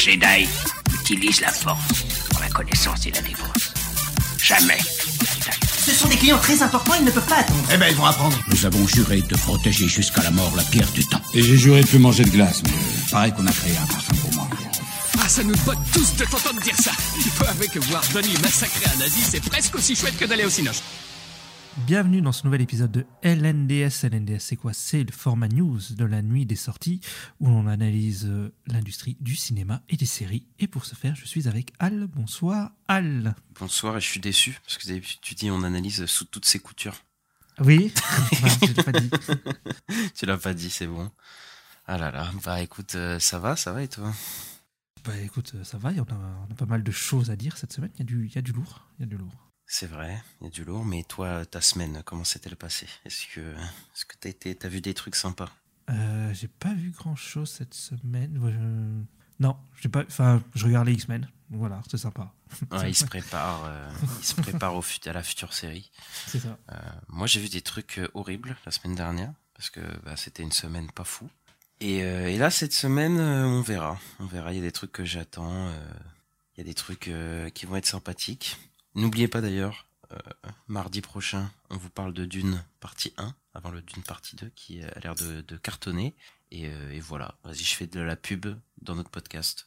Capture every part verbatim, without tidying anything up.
Jedi utilise la force pour la connaissance et la défense. Jamais. Ce sont des clients très importants, ils ne peuvent pas attendre. Eh ben, ils vont apprendre. Nous avons juré de protéger jusqu'à la mort la pierre du temps. Et j'ai juré de plus manger de glace, mais... Pareil qu'on a créé un parfum pour moi. Ah, ça nous botte tous de t'entendre dire ça. Il faut avouer que voir Donnie massacrer un nazi, c'est presque aussi chouette que d'aller au cinoche. Bienvenue dans ce nouvel épisode de L N D S. L N D S, c'est quoi? C'est le format news de la nuit des sorties où l'on analyse euh, l'industrie du cinéma et des séries. Et pour ce faire, je suis avec Al. Bonsoir, Al. Bonsoir, et je suis déçu parce que d'habitude tu dis on analyse sous toutes ses coutures. Oui, bah, je l'ai pas dit. Tu l'as pas dit, c'est bon. Ah là là, bah écoute, euh, ça va, ça va et toi? Bah écoute, ça va, il y en a, on a pas mal de choses à dire cette semaine. Il y a du, il y a du lourd, il y a du lourd. C'est vrai, il y a du lourd, mais toi, ta semaine, comment s'est-elle passée? Est-ce que, est-ce que t'as été, t'as vu des trucs sympas? Euh, j'ai pas vu grand-chose cette semaine. Je... Non, j'ai pas. Enfin, je regarde les X-Men. Voilà, c'est sympa. Ouais, il se prépare, euh, il se prépare au fut- à la future série. C'est ça. Euh, moi, j'ai vu des trucs euh, horribles la semaine dernière parce que bah, c'était une semaine pas fou. Et, euh, et là, cette semaine, euh, on verra. On verra. Il y a des trucs que j'attends. Euh, il y a des trucs euh, qui vont être sympathiques. N'oubliez pas d'ailleurs, euh, mardi prochain, on vous parle de Dune partie un, avant le Dune partie deux, qui a l'air de, de cartonner. Et, euh, et voilà, vas-y, je fais de la pub dans notre podcast.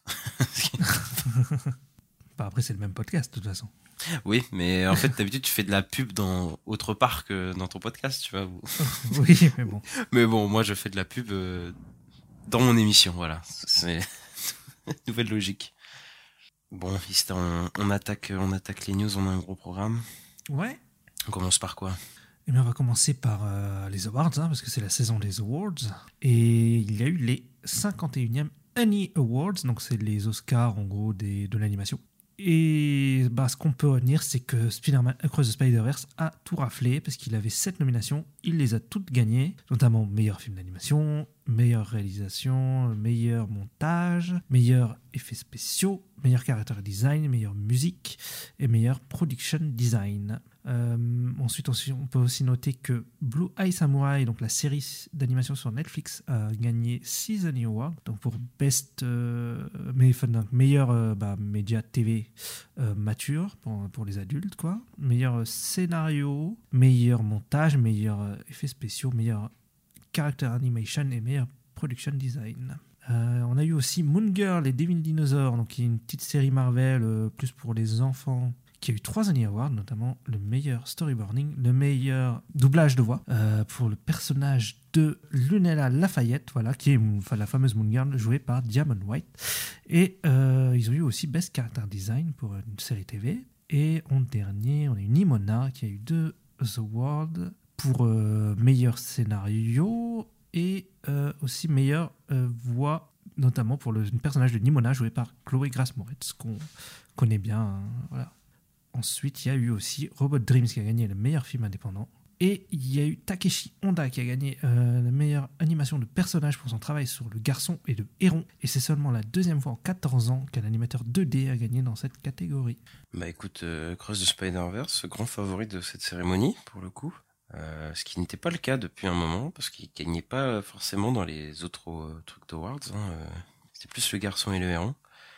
Bah après, c'est le même podcast, de toute façon. Oui, mais en fait, d'habitude, tu fais de la pub dans autre part que dans ton podcast, tu vois. Oui, mais bon. Mais bon, moi, je fais de la pub euh, dans mon émission, voilà. C'est nouvelle logique. Bon, Ista, on, on, attaque, on attaque les news, on a un gros programme. Ouais. On commence par quoi? Eh bien, on va commencer par euh, les awards, hein, parce que c'est la saison des awards. Et il y a eu les cinquante et unième Annie Awards, donc c'est les Oscars, en gros, des, de l'animation. Et bah, ce qu'on peut retenir, c'est que Spider-Man Across the Spider-Verse a tout raflé, parce qu'il avait sept nominations, il les a toutes gagnées, notamment meilleur film d'animation, meilleure réalisation, meilleur montage, meilleur effets spéciaux, meilleur character design, meilleure musique et meilleur production design. Euh, ensuite, on peut aussi noter que Blue Eye Samurai, donc la série d'animation sur Netflix, a gagné six Annie Awards, donc pour best, euh, mais, enfin, donc meilleur euh, bah, média T V euh, mature pour, pour les adultes, quoi. Meilleur scénario, meilleur montage, meilleur euh, effets spéciaux, meilleur character animation et meilleur production design. Euh, on a eu aussi Moon Girl et Devil Dinosaur, donc qui est une petite série Marvel euh, plus pour les enfants, qui a eu trois Annie Awards, notamment le meilleur storyboarding, le meilleur doublage de voix euh, pour le personnage de Lunella Lafayette, voilà, qui est enfin, la fameuse Moon Girl jouée par Diamond White. Et euh, ils ont eu aussi Best Character Design pour une série T V. Et en dernier, on a eu Nimona qui a eu deux awards pour euh, meilleur scénario et euh, aussi meilleure euh, voix, notamment pour le personnage de Nimona joué par Chloé Grace Moretz, qu'on connaît bien. Hein, voilà. Ensuite, il y a eu aussi Robot Dreams qui a gagné le meilleur film indépendant. Et il y a eu Takeshi Honda qui a gagné euh, la meilleure animation de personnage pour son travail sur le garçon et le héron. Et c'est seulement la deuxième fois en quatorze ans qu'un animateur deux D a gagné dans cette catégorie. Bah écoute, euh, Cross the Spider-Verse, grand favori de cette cérémonie, pour le coup. Euh, ce qui n'était pas le cas depuis un moment, parce qu'il gagnait pas forcément dans les autres euh, trucs d'Awards. Hein, euh, c'était plus le garçon et le héron.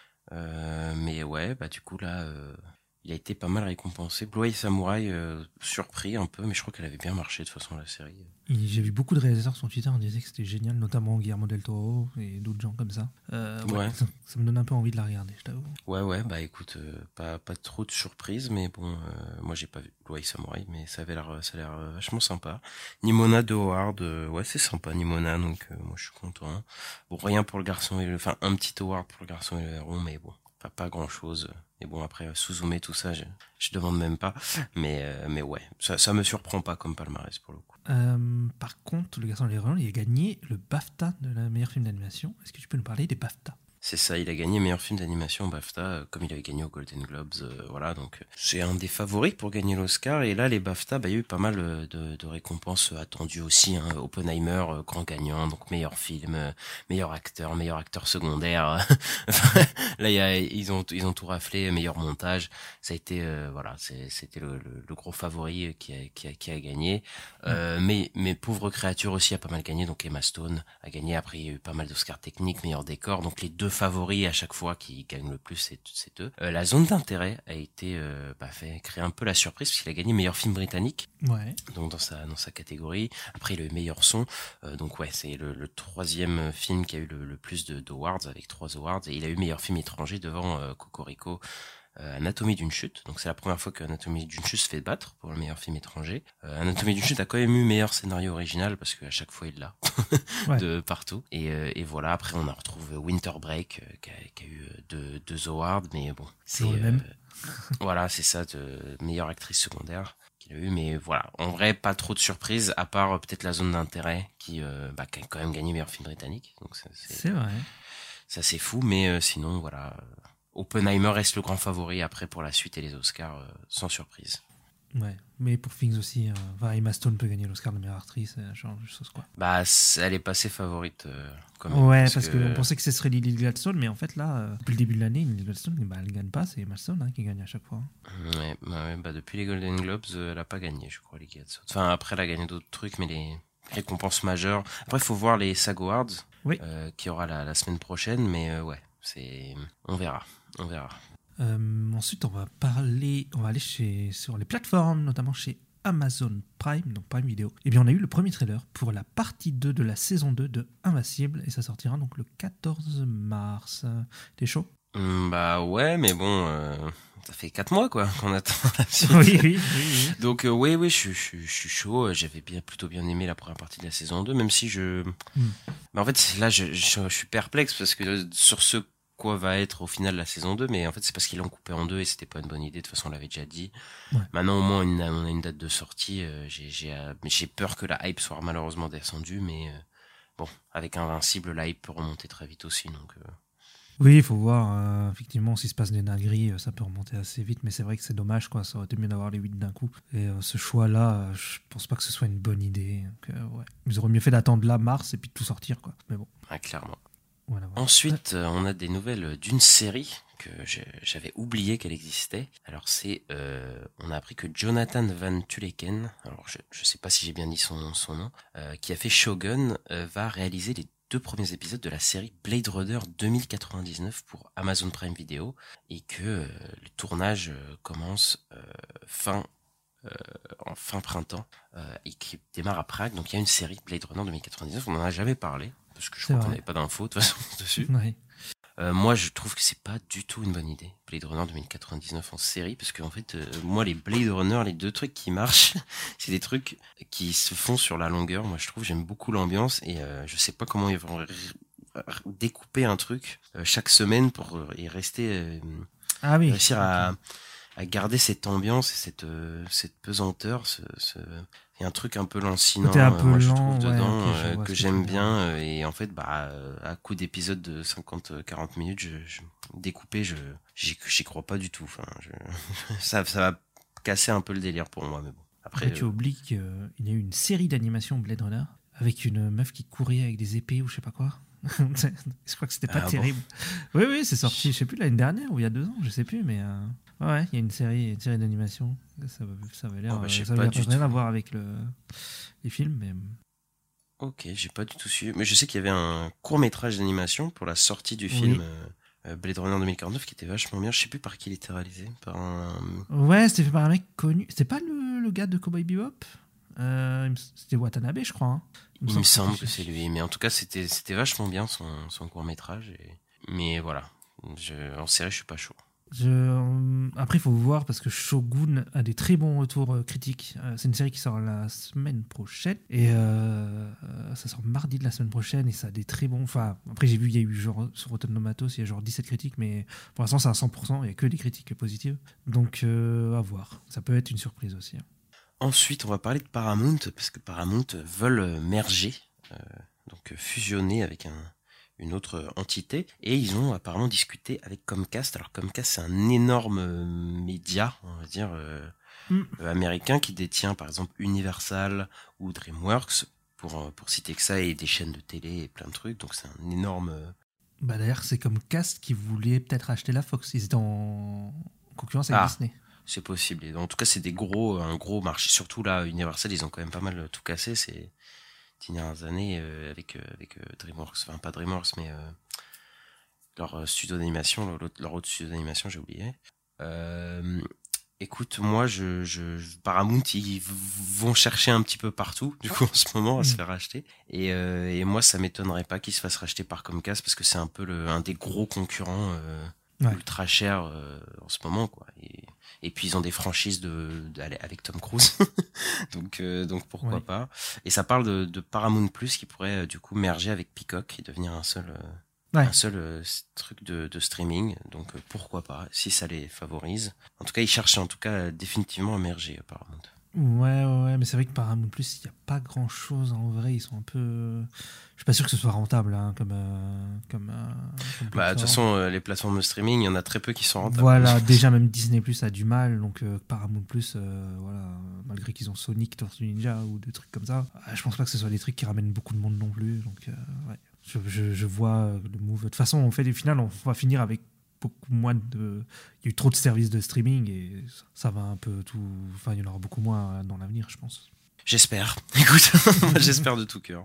Euh, mais ouais, bah du coup là... Euh... il a été pas mal récompensé. Blue Eye Samurai, euh, surpris un peu, mais je crois qu'elle avait bien marché de toute façon la série. Et j'ai vu beaucoup de réalisateurs sur Twitter, on disait que c'était génial, notamment Guillermo del Toro et d'autres gens comme ça. Euh, ouais, ouais. Ça, ça me donne un peu envie de la regarder, je t'avoue. Ouais, ouais, bah écoute, euh, pas, pas trop de surprises, mais bon, euh, moi j'ai pas vu Blue Eye Samurai, mais ça avait l'air, ça a l'air euh, vachement sympa. Nimona de Howard, euh, ouais, c'est sympa, Nimona, donc euh, moi je suis content. Bon, rien pour le garçon et le, enfin, un petit award pour le garçon et le héron, mais bon. Pas, pas grand chose. Et bon, après, Suzume, tout ça, je, je demande même pas. Mais, euh, mais ouais, ça, ça me surprend pas comme palmarès pour le coup. Euh, par contre, le garçon et l'héron, il a gagné le BAFTA de la meilleure film d'animation. Est-ce que tu peux nous parler des BAFTA? C'est ça, il a gagné meilleur film d'animation au BAFTA, comme il avait gagné au Golden Globes, euh, voilà, donc c'est un des favoris pour gagner l'Oscar, et là les BAFTA, bah, il y a eu pas mal de, de récompenses attendues aussi, hein. Oppenheimer, euh, grand gagnant, donc meilleur film, euh, meilleur acteur, meilleur acteur secondaire, là y a, ils ont ils ont tout raflé, meilleur montage, ça a été, euh, voilà, c'est, c'était le, le, le gros favori qui a, qui a, qui a gagné, euh, mais, mais Pauvre créature aussi a pas mal gagné, donc Emma Stone a gagné, après il y a eu pas mal d'Oscars techniques, meilleur décor, donc les deux deux favoris à chaque fois qui gagnent le plus, c'est, c'est eux. Euh, la zone d'intérêt a été euh, bah, fait créer un peu la surprise parce qu'il a gagné meilleur film britannique. Ouais. Donc dans sa dans sa catégorie. Après il a eu meilleur son. Euh, donc ouais, c'est le, le troisième film qui a eu le, le plus de d'awards avec trois awards et il a eu meilleur film étranger devant euh, Cocorico. Euh, Anatomie d'une chute, donc c'est la première fois que Anatomie d'une chute se fait battre pour le meilleur film étranger. Euh, Anatomie d'une chute a quand même eu meilleur scénario original parce qu'à chaque fois il l'a Ouais. de partout. Et, euh, et voilà, après on a retrouvé Winter Break euh, qui, a, qui a eu euh, deux, deux awards, mais bon, c'est Toujours le même. euh, voilà, c'est ça, de meilleure actrice secondaire qu'il a eu, mais voilà, en vrai pas trop de surprises à part euh, peut-être la zone d'intérêt qui, euh, bah, qui a quand même gagné meilleur film britannique. Donc ça, c'est, C'est vrai. ça c'est fou, mais euh, sinon voilà. Euh, Oppenheimer reste le grand favori après pour la suite et les Oscars, euh, sans surprise. Ouais. Mais pour Things aussi, euh, enfin, Emma Stone peut gagner l'Oscar de meilleure actrice, euh, genre de choses quoi. Bah, elle est passée favorite euh, quand même. Ouais, parce, parce que qu'on pensait que ce serait Lily Gladstone, mais en fait là, euh, depuis le début de l'année, Lily Gladstone, bah, elle gagne pas, c'est Emma Stone hein, qui gagne à chaque fois. Ouais, bah, ouais, bah depuis les Golden Globes, euh, elle a pas gagné, je crois, les Gladstone. Enfin, après, elle a gagné d'autres trucs, mais les récompenses majeures. Après, il faut voir les SAG Awards, Oui. euh, qui aura la, la semaine prochaine, mais euh, ouais, c'est, on verra, on verra. Euh, ensuite, on va parler, on va aller chez, sur les plateformes, notamment chez Amazon Prime, donc Prime Video. Et bien, on a eu le premier trailer pour la partie deux de la saison deux de Invincible, et ça sortira donc le quatorze mars. T'es chaud? Hum, bah ouais, mais bon, euh, ça fait quatre mois quoi qu'on attend la suite. Oui, oui, oui, oui. Donc euh, oui, oui, je, je, je suis chaud. J'avais bien, plutôt bien aimé la première partie de la saison deux, même si je... Mm. Bah, en fait, là, je, je, je suis perplexe parce que euh, sur ce quoi va être au final la saison deux, mais en fait c'est parce qu'ils l'ont coupé en deux et c'était pas une bonne idée, de toute façon on l'avait déjà dit. Ouais. Maintenant au moins on a, on a une date de sortie, euh, j'ai, j'ai, euh, j'ai peur que la hype soit malheureusement descendue, mais euh, bon, avec Invincible la hype peut remonter très vite aussi, donc... Euh... Oui, il faut voir, euh, effectivement, s'il se passe des dingueries, euh, ça peut remonter assez vite, mais c'est vrai que c'est dommage, quoi, ça aurait été mieux d'avoir les huit d'un coup. Et euh, ce choix-là, euh, je pense pas que ce soit une bonne idée. Donc, euh, ouais. Ils auraient mieux fait d'attendre là, mars, et puis de tout sortir, quoi. Mais bon. Ouais, clairement. Voilà, voilà. Ensuite, euh, on a des nouvelles d'une série que je, j'avais oublié qu'elle existait. Alors c'est, euh, on a appris que Jonathan Van Tulleken, alors je, je sais pas si j'ai bien dit son, son nom, euh, qui a fait Shogun, euh, va réaliser les deux premiers épisodes de la série Blade Runner deux mille quatre-vingt-dix-neuf pour Amazon Prime Video, et que euh, le tournage euh, commence euh, fin euh, en fin printemps euh, et qui démarre à Prague. Donc il y a une série Blade Runner deux mille quatre-vingt-dix-neuf, on n'en a jamais parlé parce que je C'est crois vrai. qu'on n'avait pas d'infos de toute façon dessus. Ouais. Euh, moi, je trouve que c'est pas du tout une bonne idée, Blade Runner deux mille quatre-vingt-dix-neuf en série, parce que en fait, euh, moi, les Blade Runner, les deux trucs qui marchent, c'est des trucs qui se font sur la longueur. Moi, je trouve, j'aime beaucoup l'ambiance, et euh, je sais pas comment ils vont r- r- découper un truc euh, chaque semaine pour euh, y rester, euh, Ah oui. réussir à, à garder cette ambiance et cette euh, cette pesanteur. Ce, ce... Il y a un truc un peu lancinant, Côté un euh, peu moi je lent, trouve ouais, dedans, ok, je euh, vois que ce que j'aime tu veux bien, euh, et en fait bah euh, à coup d'épisodes de cinquante à quarante minutes, je, je découpé, je j'y, j'y crois pas du tout. Enfin, je, ça ça va casser un peu le délire pour moi, mais bon. Après, Après, tu euh, oublies qu'il y a eu une série d'animation Blade Runner avec une meuf qui courait avec des épées ou je sais pas quoi. Je crois que c'était pas Ah bon terrible. Oui, oui, c'est sorti, je sais plus, l'année dernière ou il y a deux ans, je sais plus, mais euh, ouais, il y a une série, une série d'animation. Ça, ça avait l'air, Oh, bah, je sais ça pas avait du rien tout. à voir avec le, les films, mais ok, j'ai pas du tout suivi, mais je sais qu'il y avait un court métrage d'animation pour la sortie du Oui. film euh, euh, Blade Runner deux mille quarante-neuf qui était vachement bien. Je sais plus par qui il était réalisé, par un. ouais, c'était fait par un mec connu. C'était pas le, le gars de Cowboy Bebop. Euh, il me- c'était Watanabe, je crois. hein. Il me semble que c'était- c'est lui, mais en tout cas c'était c'était vachement bien son son court métrage. Et... Mais voilà, je, en série je suis pas chaud. Je, euh, après, il faut voir parce que Shogun a des très bons retours euh, critiques. Euh, c'est une série qui sort la semaine prochaine et euh, euh, ça sort mardi de la semaine prochaine et ça a des très bons. Enfin, après, j'ai vu, il y a eu genre sur Rotten Tomatoes, il y a genre dix-sept critiques, mais pour l'instant, c'est à cent pour cent. Il n'y a que des critiques positives. Donc, euh, à voir. Ça peut être une surprise aussi. hein. Ensuite, on va parler de Paramount parce que Paramount veulent merger, euh, donc fusionner avec un une autre entité, et ils ont apparemment discuté avec Comcast. Alors Comcast, c'est un énorme euh, média, on va dire, euh, Mm. euh, américain qui détient par exemple Universal ou DreamWorks, pour, euh, pour citer que ça, et des chaînes de télé et plein de trucs, donc c'est un énorme... euh, Bah, d'ailleurs, c'est comme Cast qui voulait peut-être acheter la Fox. Ils étaient en concurrence avec Ah. Disney. C'est possible. Et en tout cas, c'est des gros, un gros marché. Surtout là, Universal, ils ont quand même pas mal tout cassé ces dernières années euh, avec euh, avec euh, DreamWorks. Enfin, pas DreamWorks, mais euh, leur studio d'animation, leur, leur autre studio d'animation, j'ai oublié. Euh, écoute, moi, je, je, Paramount, ils vont chercher un petit peu partout, du coup, en ce moment, à se faire racheter. Et, euh, et moi, ça m'étonnerait pas qu'ils se fassent racheter par Comcast, parce que c'est un peu le, un des gros concurrents euh, ouais. ultra chers euh, en ce moment, quoi. Et, et puis, ils ont des franchises de, de avec Tom Cruise. donc, euh, donc, pourquoi ouais. pas. Et ça parle de, de Paramount Plus, qui pourrait, euh, du coup, merger avec Peacock et devenir un seul... Euh, Ouais. un seul euh, truc de, de streaming, donc euh, pourquoi pas, si ça les favorise. En tout cas, ils cherchent en tout cas euh, définitivement à merger Paramount. Ouais, ouais, ouais, mais c'est vrai que Paramount Plus, il n'y a pas grand chose en vrai, ils sont un peu... Je suis pas sûr que ce soit rentable, hein, comme... Euh, comme, euh, comme bah, de toute façon, euh, les plateformes de streaming, il y en a très peu qui sont rentables. Voilà, déjà même Disney Plus a du mal, donc euh, Paramount Plus, euh, voilà, malgré qu'ils ont Sonic, Tortue Ninja ou des trucs comme ça, je pense pas que ce soit des trucs qui ramènent beaucoup de monde non plus, donc euh, ouais. Je, je, je vois le move. De toute façon, on fait au final, on va finir avec beaucoup moins de. Il y a eu trop de services de streaming et ça va un peu tout. Enfin, il y en aura beaucoup moins dans l'avenir, je pense. J'espère. Écoute, j'espère de tout cœur.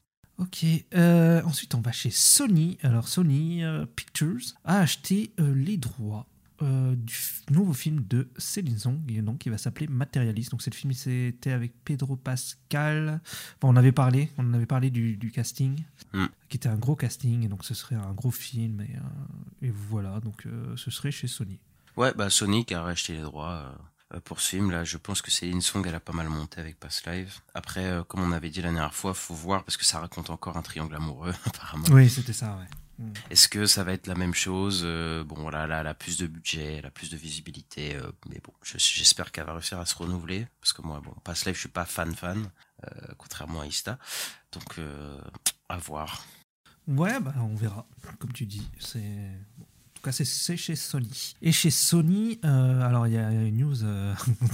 Ok. Euh, ensuite, on va chez Sony. Alors, Sony euh, Pictures a acheté euh, les droits euh, du f- nouveau film de Céline Song, et donc, qui va s'appeler Materialist. Donc, ce film, c'était avec Pedro Pascal. Enfin, on avait parlé, on en avait parlé du, du casting, mm. qui était un gros casting, et donc ce serait un gros film, et, euh, et voilà, donc euh, ce serait chez Sony. Ouais, bah Sony qui a racheté les droits euh, pour ce film. Là, je pense que Céline Song, elle a pas mal monté avec Past Live. Après, euh, comme on avait dit la dernière fois, faut voir parce que ça raconte encore un triangle amoureux, apparemment. Oui, c'était ça, ouais. Est-ce que ça va être la même chose? euh, Bon, voilà, là, elle a plus de budget, elle a plus de visibilité, euh, mais bon, je, j'espère qu'elle va réussir à se renouveler, parce que moi, bon, Past Life, je suis pas fan fan, euh, contrairement à Ista, donc euh, à voir. Ouais, bah on verra, comme tu dis, c'est... Bon. En tout cas, c'est, c'est chez Sony. Et chez Sony, euh, alors il y a une news euh,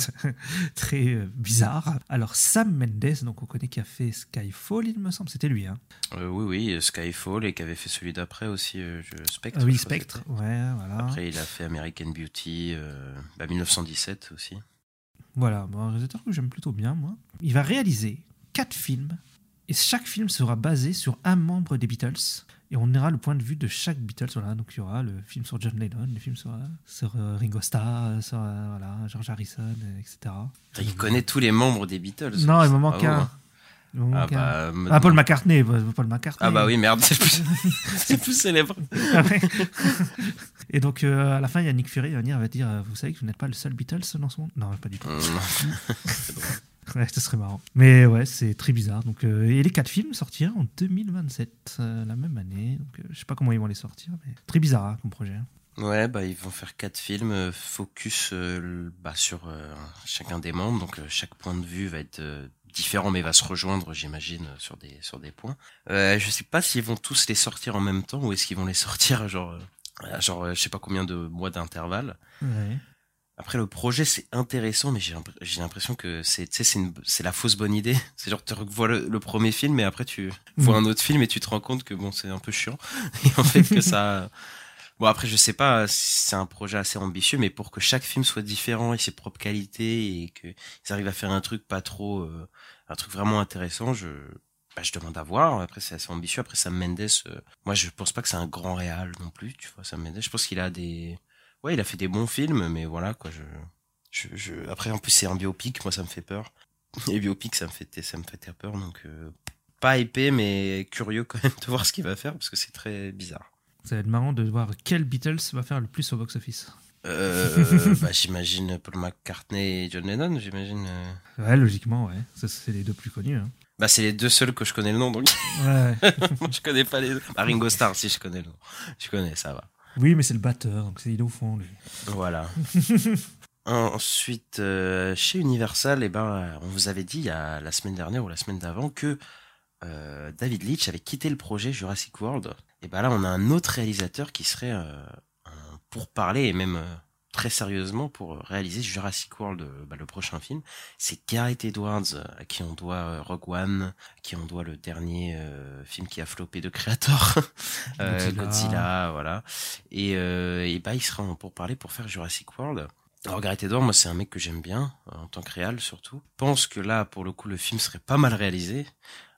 très euh, bizarre. Alors Sam Mendes, donc on connaît qui a fait Skyfall, il me semble, c'était lui. Hein. Euh, oui, oui, Skyfall, et qui avait fait celui d'après aussi, euh, Spectre. Euh, oui, Spectre, ouais, voilà. Après, il a fait American Beauty, euh, bah, dix-neuf cent dix-sept aussi. Voilà, bon, un réalisateur que j'aime plutôt bien, moi. Il va réaliser quatre films, et chaque film sera basé sur un membre des Beatles. Et on aura le point de vue de chaque Beatles. Voilà. Donc il y aura le film sur John Lennon, le film sur, sur uh, Ringo Starr, sur uh, voilà, George Harrison, euh, et cetera. Il connaît tous les membres des Beatles. Non, il me manque ah, un. hein. Il me manque ah, un. bah, ah, Paul McCartney. Paul McCartney. Ah bah oui, merde, c'est plus, c'est plus célèbre. Et donc euh, à la fin, il y a Nick Fury, il va venir, il va dire, vous savez que vous n'êtes pas le seul Beatles dans ce monde? Non, pas du tout. C'est drôle. Ouais, ce serait marrant. Mais ouais, c'est très bizarre. Donc, euh, et les quatre films sortiront en deux mille vingt-sept, euh, la même année. Donc, euh, je sais pas comment ils vont les sortir, mais très bizarre hein, comme projet. Ouais, bah ils vont faire quatre films euh, focus euh, bah, sur euh, chacun des membres. Donc euh, chaque point de vue va être euh, différent, mais va se rejoindre, j'imagine, sur des sur des points. Euh, je sais pas s'ils vont tous les sortir en même temps ou est-ce qu'ils vont les sortir genre euh, genre euh, je sais pas combien de mois d'intervalle. Ouais. Après, le projet, c'est intéressant, mais j'ai, j'ai l'impression que c'est, tu sais, c'est, une, c'est la fausse bonne idée. C'est genre, tu revois le, le premier film, mais après, tu vois mmh. un autre film et tu te rends compte que bon, c'est un peu chiant. Et en fait, que ça, bon, après, je sais pas, c'est un projet assez ambitieux, mais pour que chaque film soit différent et ses propres qualités et qu'ils arrivent à faire un truc pas trop, euh, un truc vraiment intéressant, je, bah, je demande à voir. Après, c'est assez ambitieux. Après, Sam Mendes, euh, moi, je pense pas que c'est un grand réal non plus, tu vois, Sam Mendes. Je pense qu'il a des, ouais, il a fait des bons films, mais voilà, quoi, je, je, je... après, en plus, c'est un biopic, moi, ça me fait peur. Les biopics, ça me fait, ça me fait très peur, donc, euh, pas épais, mais curieux quand même de voir ce qu'il va faire, parce que c'est très bizarre. Ça va être marrant de voir quel Beatles va faire le plus au box-office. Euh, bah, j'imagine Paul McCartney et John Lennon, j'imagine. Ouais, logiquement, ouais. Ça, c'est les deux plus connus, hein. Bah, c'est les deux seuls que je connais le nom, donc. Ouais. Moi, je connais pas les deux. Bah, Ringo Starr, si je connais le nom. Je connais, ça va. Oui, mais c'est le batteur, donc c'est il est au fond, lui. Voilà. Ensuite, euh, chez Universal, eh ben, on vous avait dit il y a la semaine dernière ou la semaine d'avant que euh, David Leitch avait quitté le projet Jurassic World. Et ben là, on a un autre réalisateur qui serait euh, pour parler et même euh, très sérieusement pour réaliser Jurassic World, euh, bah, le prochain film. C'est Gareth Edwards, à qui on doit euh, Rogue One, à qui on doit le dernier euh, film qui a floppé de Creator, euh, Godzilla. Godzilla, voilà. Et, euh, et bah, il sera pour parler pour faire Jurassic World. Alors Gareth Edwards, moi c'est un mec que j'aime bien, en tant que réal surtout. Je pense que là, pour le coup, le film serait pas mal réalisé.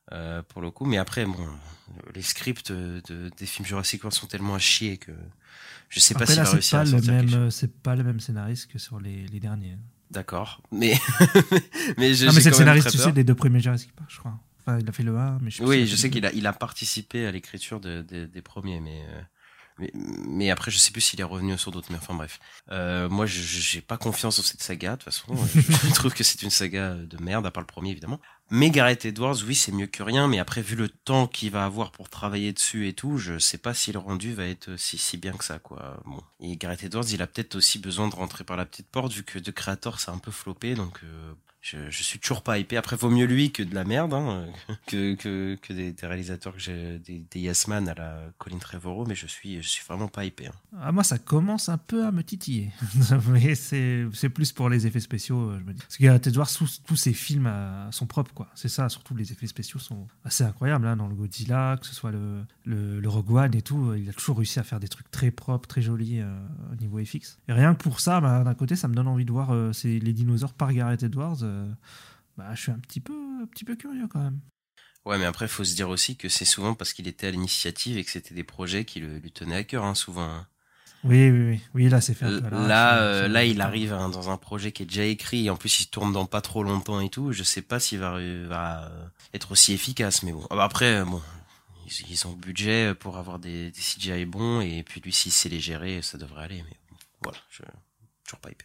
euh, pour le coup. Mais après, bon, les scripts de, de, des films Jurassic World sont tellement à chier que je sais Après, pas s'il là, va c'est réussir pas à le sortir quelque chose. même, c'est pas le même scénariste que sur les, les derniers. D'accord, mais mais je Non, j'ai mais c'est le quand même scénariste, très tu peur. sais, des deux premiers Jurassic Park, je crois. Enfin, il a fait le un, mais je sais plus Oui, s'il a je fait sais le qu'il deux. a il a participé à l'écriture de, de- des premiers, mais euh, mais, mais après je sais plus s'il est revenu sur d'autres. Mais enfin bref, euh, moi je je- j'ai pas confiance dans cette saga de toute façon. Je trouve que c'est une saga de merde, à part le premier évidemment. Mais Gareth Edwards, oui, c'est mieux que rien. Mais après, vu le temps qu'il va avoir pour travailler dessus et tout, je sais pas si le rendu va être si si bien que ça, quoi. Bon. Et Gareth Edwards, il a peut-être aussi besoin de rentrer par la petite porte, vu que The Creator c'est un peu floppé, donc. Euh, Je, je suis toujours pas hypé. Après, vaut mieux lui que de la merde, hein, que, que, que des, des réalisateurs que j'ai, des, des Yes Man à la Colin Trevorrow, mais je suis, je suis vraiment pas hypé. Hein. Ah, moi, ça commence un peu à me titiller. Mais c'est, c'est plus pour les effets spéciaux, je me dis. Parce que Gareth Edwards, tous, tous ses films euh, sont propres, quoi. C'est ça, surtout les effets spéciaux sont assez incroyables. Hein, dans le Godzilla, que ce soit le, le, le Rogue One et tout, il a toujours réussi à faire des trucs très propres, très jolis euh, au niveau F X. Et rien que pour ça, bah, d'un côté, ça me donne envie de voir euh, ces, les dinosaures par Gareth Edwards. Euh, bah, je suis un petit peu, un petit peu curieux quand même. Ouais, mais après, il faut se dire aussi que c'est souvent parce qu'il était à l'initiative et que c'était des projets qui le, lui tenaient à cœur, hein, souvent. Hein. Oui, oui, oui, oui, là c'est fait un peu à l'arrache, Là, euh, euh, ça, là, il ça, arrive hein, dans un projet qui est déjà écrit, et en plus il se tourne dans pas trop longtemps et tout. Je sais pas s'il va, va euh, être aussi efficace, mais bon. Ah bah après, bon, ils, ils ont le budget pour avoir des, des C G I bons, et puis lui, s'il sait les gérer, ça devrait aller. Mais bon, voilà, je toujours pas hypé.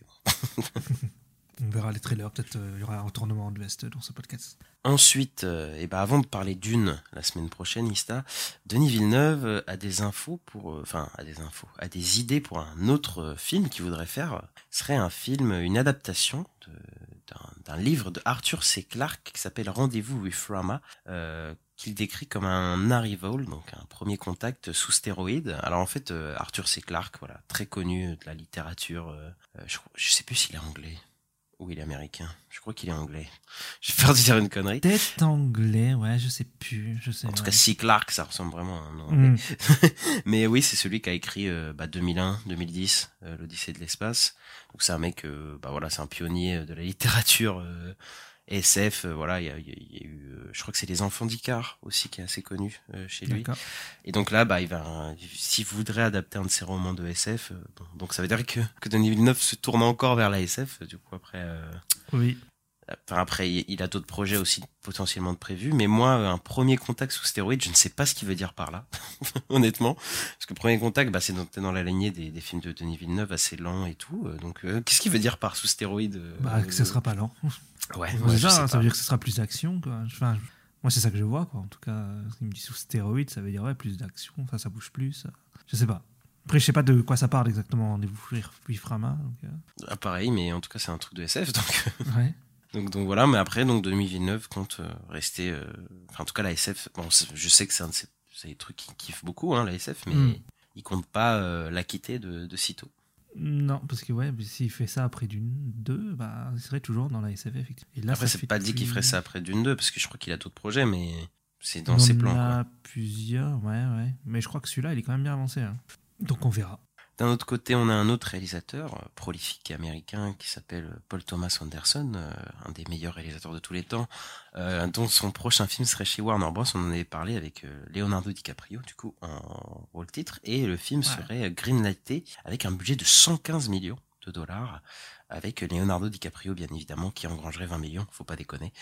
On verra les trailers, peut-être euh, il y aura un retournement de veste dans ce podcast. Ensuite, euh, et ben avant de parler d'une la semaine prochaine, Ista, Denis Villeneuve euh, a des infos pour, enfin euh, a des infos, a des idées pour un autre euh, film qu'il voudrait faire. Ce serait un film, une adaptation de, d'un, d'un livre de Arthur C. Clarke qui s'appelle Rendez-vous with Rama, euh, qu'il décrit comme un arrival, donc un premier contact sous stéroïdes. Alors en fait, euh, Arthur C. Clarke, voilà, très connu de la littérature. Euh, je, je sais plus s'il est anglais. Ou il est américain. Je crois qu'il est anglais. J'ai peur de dire une connerie. Peut-être anglais, ouais, je sais plus. Je sais, en tout ouais. cas, C. Clarke, ça ressemble vraiment à un nom anglais. Mm. Mais oui, c'est celui qui a écrit euh, bah, deux mille un, deux mille dix, euh, l'Odyssée de l'espace. Donc c'est un mec, euh, bah voilà, c'est un pionnier de la littérature euh, S F. Euh, voilà, il y a, y a- y a eu, euh, je crois que c'est Les Enfants d'Icare aussi qui est assez connu euh, chez lui. D'accord. Et donc là, bah, il va, s'il voudrait adapter un de ses romans de S F, euh, bon, donc ça veut dire que, que Denis Villeneuve se tourne encore vers la S F. Du coup, après, euh, Oui. enfin, après, il a d'autres projets aussi potentiellement de prévus. Mais moi, un premier contact sous stéroïdes, je ne sais pas ce qu'il veut dire par là, honnêtement. Parce que premier contact, bah, c'est dans, dans la lignée des, des films de Denis Villeneuve, assez lent et tout. Euh, Donc, euh, qu'est-ce qu'il veut dire par sous stéroïdes euh, Bah, que ce sera pas lent. Ouais, Ouais, ouais, je déjà, sais hein, pas. ça veut dire que ce sera plus d'action, quoi. Enfin, je- moi, c'est ça que je vois, quoi. En tout cas, il me dit sous stéroïdes, ça veut dire ouais, plus d'action, enfin, ça bouge plus. Je sais pas. Après, je sais pas de quoi ça parle exactement. Rendez-vous with Rama. Donc, euh, Ah, pareil, mais en tout cas, c'est un truc de S F, donc. ouais. Donc, donc voilà, mais après, donc Denis Villeneuve compte euh, rester. euh, Enfin, en tout cas, la S F. Bon, c'est- je sais que c'est un de ces, ces trucs qui kiffent beaucoup, hein, la S F, mais Mm. il compte pas euh, la quitter de, de sitôt. Non, parce que ouais, mais s'il fait ça après d'une, deux, bah, il serait toujours dans la S F, effectivement. Et là, Après, ça c'est fait pas dit qu'il depuis- ferait ça après Dune deux, parce que je crois qu'il a d'autres projets, mais c'est dans Il ses en plans, quoi. a plusieurs, ouais, ouais. Mais je crois que celui-là, il est quand même bien avancé. Hein. Donc on verra. D'un autre côté, on a un autre réalisateur euh, prolifique américain qui s'appelle Paul Thomas Anderson, euh, un des meilleurs réalisateurs de tous les temps, euh, dont son prochain film serait chez Warner Bros. On en avait parlé avec euh, Leonardo DiCaprio, du coup, en rôle titre, et le film Ouais. serait greenlighté avec un budget de cent quinze millions de dollars, avec Leonardo DiCaprio, bien évidemment, qui engrangerait vingt millions, faut pas déconner.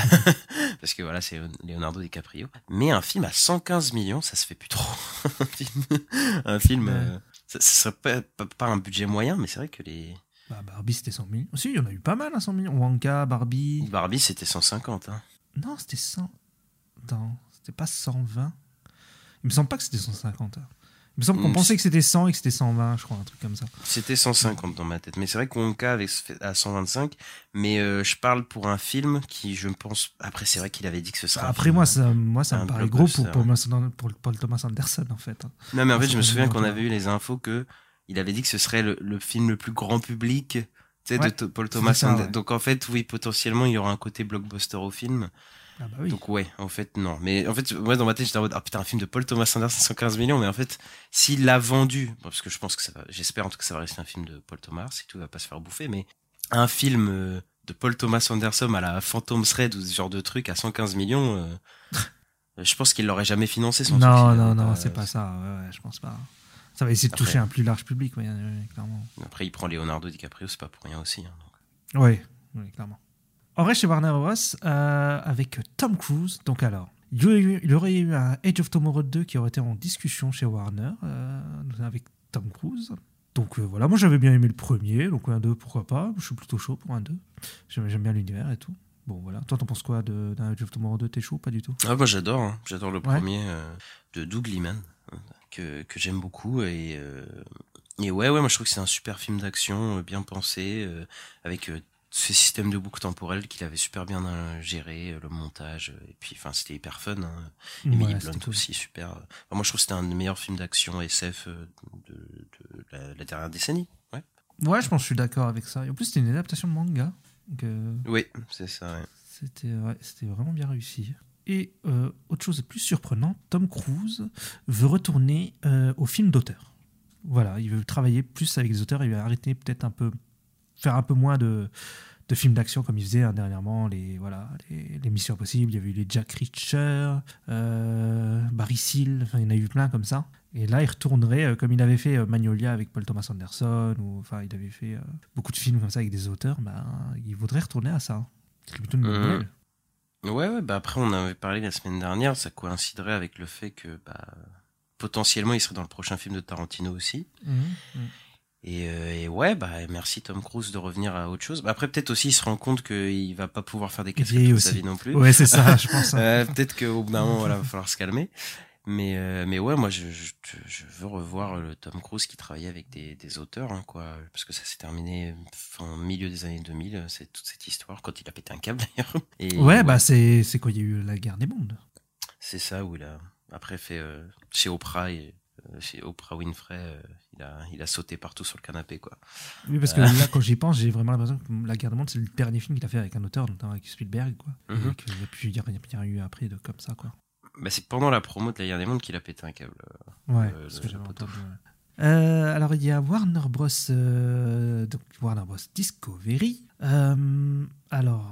Parce que voilà, c'est Leonardo DiCaprio. Mais un film à cent quinze millions, ça se fait plus trop. un film, un film Ouais. euh, ça, ça serait pas, pas, pas un budget moyen, mais c'est vrai que les Bah, Barbie, c'était cent millions. Si, il y en a eu pas mal, hein, cent millions. Wonka, Barbie. Barbie, c'était cent cinquante. Hein. Non, c'était cent. Attends, c'était pas cent vingt. Il me semble pas que c'était cent cinquante. hein. Il me semble qu'on Mm, pensait que c'était cent et que c'était cent vingt, je crois, un truc comme ça. C'était cent cinquante dans ma tête. Mais c'est vrai que Wonka avait fait à cent vingt-cinq. Mais euh, je parle pour un film qui, je pense... Après, c'est vrai qu'il avait dit que ce serait... un Après, film- moi, ça, moi, ça un me paraît gros pour, blockbuster. pour, Paul- pour Paul Thomas Anderson, en fait. hein. Non, mais en fait, Ça je me fait souviens longtemps. qu'on avait eu les infos que il avait dit que ce serait le, le film le plus grand public, tu sais, Ouais, de To- Paul Thomas ça, Anderson. ouais. Donc en fait, oui, potentiellement, il y aura un côté blockbuster au film. Ah bah oui. Donc ouais, en fait, non. Mais en fait, moi, dans ma tête, j'étais en mode, ah putain, un film de Paul Thomas Anderson, cent quinze millions. Mais en fait, s'il l'a vendu, bon, parce que je pense que ça va, j'espère en tout cas que ça va rester un film de Paul Thomas, et tout va pas se faire bouffer, mais un film euh, de Paul Thomas Anderson à la Phantom Thread ou ce genre de truc à cent quinze millions, euh, je pense qu'il l'aurait jamais financé sans Non, souci, non, là, non, euh, c'est pas ça. Ouais, ouais, je pense pas. Ça va essayer de Après- toucher un plus large public, ouais, ouais, clairement. Après, il prend Leonardo DiCaprio, c'est pas pour rien aussi. Hein, donc. Oui, oui, clairement. En vrai, chez Warner Bros, euh, avec Tom Cruise, donc alors, il y aurait eu, il y aurait eu un Age of Tomorrow deux qui aurait été en discussion chez Warner, euh, avec Tom Cruise. Donc euh, voilà, moi j'avais bien aimé le premier, donc un deux, pourquoi pas. Je suis plutôt chaud pour un deux. J'aime, j'aime bien l'univers et tout. Bon voilà, toi t'en penses quoi de, d'un Age of Tomorrow deux? T'es chaud ou pas du tout? Ah, moi j'adore, hein. J'adore le Ouais. premier euh, de Doug Liman, hein, que, que j'aime beaucoup. Et, euh, et ouais, ouais, moi je trouve que c'est un super film d'action, euh, bien pensé, euh, avec euh, ce système de boucle temporelle qu'il avait super bien euh, géré, euh, le montage, euh, et puis enfin c'était hyper fun. Hein. Emily Ouais, Blunt c'était cool. aussi, super. Enfin, moi je trouve que c'était un des meilleurs films d'action S F euh, de, de la, la dernière décennie. Ouais, Ouais, je pense que je suis d'accord avec ça. Et en plus, c'était une adaptation de manga. Donc, euh, oui, c'est ça, ouais. C'était, ouais, c'était vraiment bien réussi. Et euh, autre chose de plus surprenant, Tom Cruise veut retourner euh, au film d'auteur. Voilà, il veut travailler plus avec les auteurs, il veut arrêter peut-être un peu, faire un peu moins de, de films d'action comme il faisait hein, dernièrement, les, voilà, les, les Missions Impossibles, il y avait eu les Jack Reacher, euh, Barry Seal, enfin, il y en a eu plein comme ça. Et là, il retournerait, euh, comme il avait fait euh, Magnolia avec Paul Thomas Anderson, ou enfin, il avait fait euh, beaucoup de films comme ça avec des auteurs, bah, il voudrait retourner à ça. C'est plutôt une bonne Mmh. nouvelle. Ouais, ouais, bah après on avait parlé la semaine dernière, ça coïnciderait avec le fait que bah, potentiellement il serait dans le prochain film de Tarantino aussi. Mhm, mhm. Et, euh, et ouais, bah merci Tom Cruise de revenir à autre chose. Bah, après peut-être aussi il se rend compte qu'il va pas pouvoir faire des cascades vieillit toute sa aussi. vie non plus. Ouais, c'est ça, je pense. hein. Euh, peut-être qu'au bout d'un moment, voilà, va falloir se calmer. Mais, euh, mais ouais, moi, je, je, je veux revoir le Tom Cruise qui travaillait avec des, des auteurs, hein, quoi. Parce que ça s'est terminé fin milieu des années deux mille, c'est toute cette histoire, quand il a pété un câble, d'ailleurs. Et, Ouais, bah c'est, c'est quand il y a eu la guerre des mondes. c'est ça, où il a, après, fait, euh, chez Oprah, et, euh, chez Oprah Winfrey, euh, il a, il a sauté partout sur le canapé, quoi. Oui, parce que là, quand j'y pense, j'ai vraiment l'impression que la guerre des mondes, c'est le dernier film qu'il a fait avec un auteur, notamment avec Spielberg, quoi. Mhm. Et qu'il n'y a plus, il y a rien- il y a rien eu après de comme ça, quoi. Bah, c'est pendant la promo de la guerre des mondes qu'il a pété un câble. Ouais, Euh, ce le- que j'avais le entendu. poteau. ouais. Euh, alors, il y a Warner Bros. euh, donc Warner Bros. Discovery. euh, alors,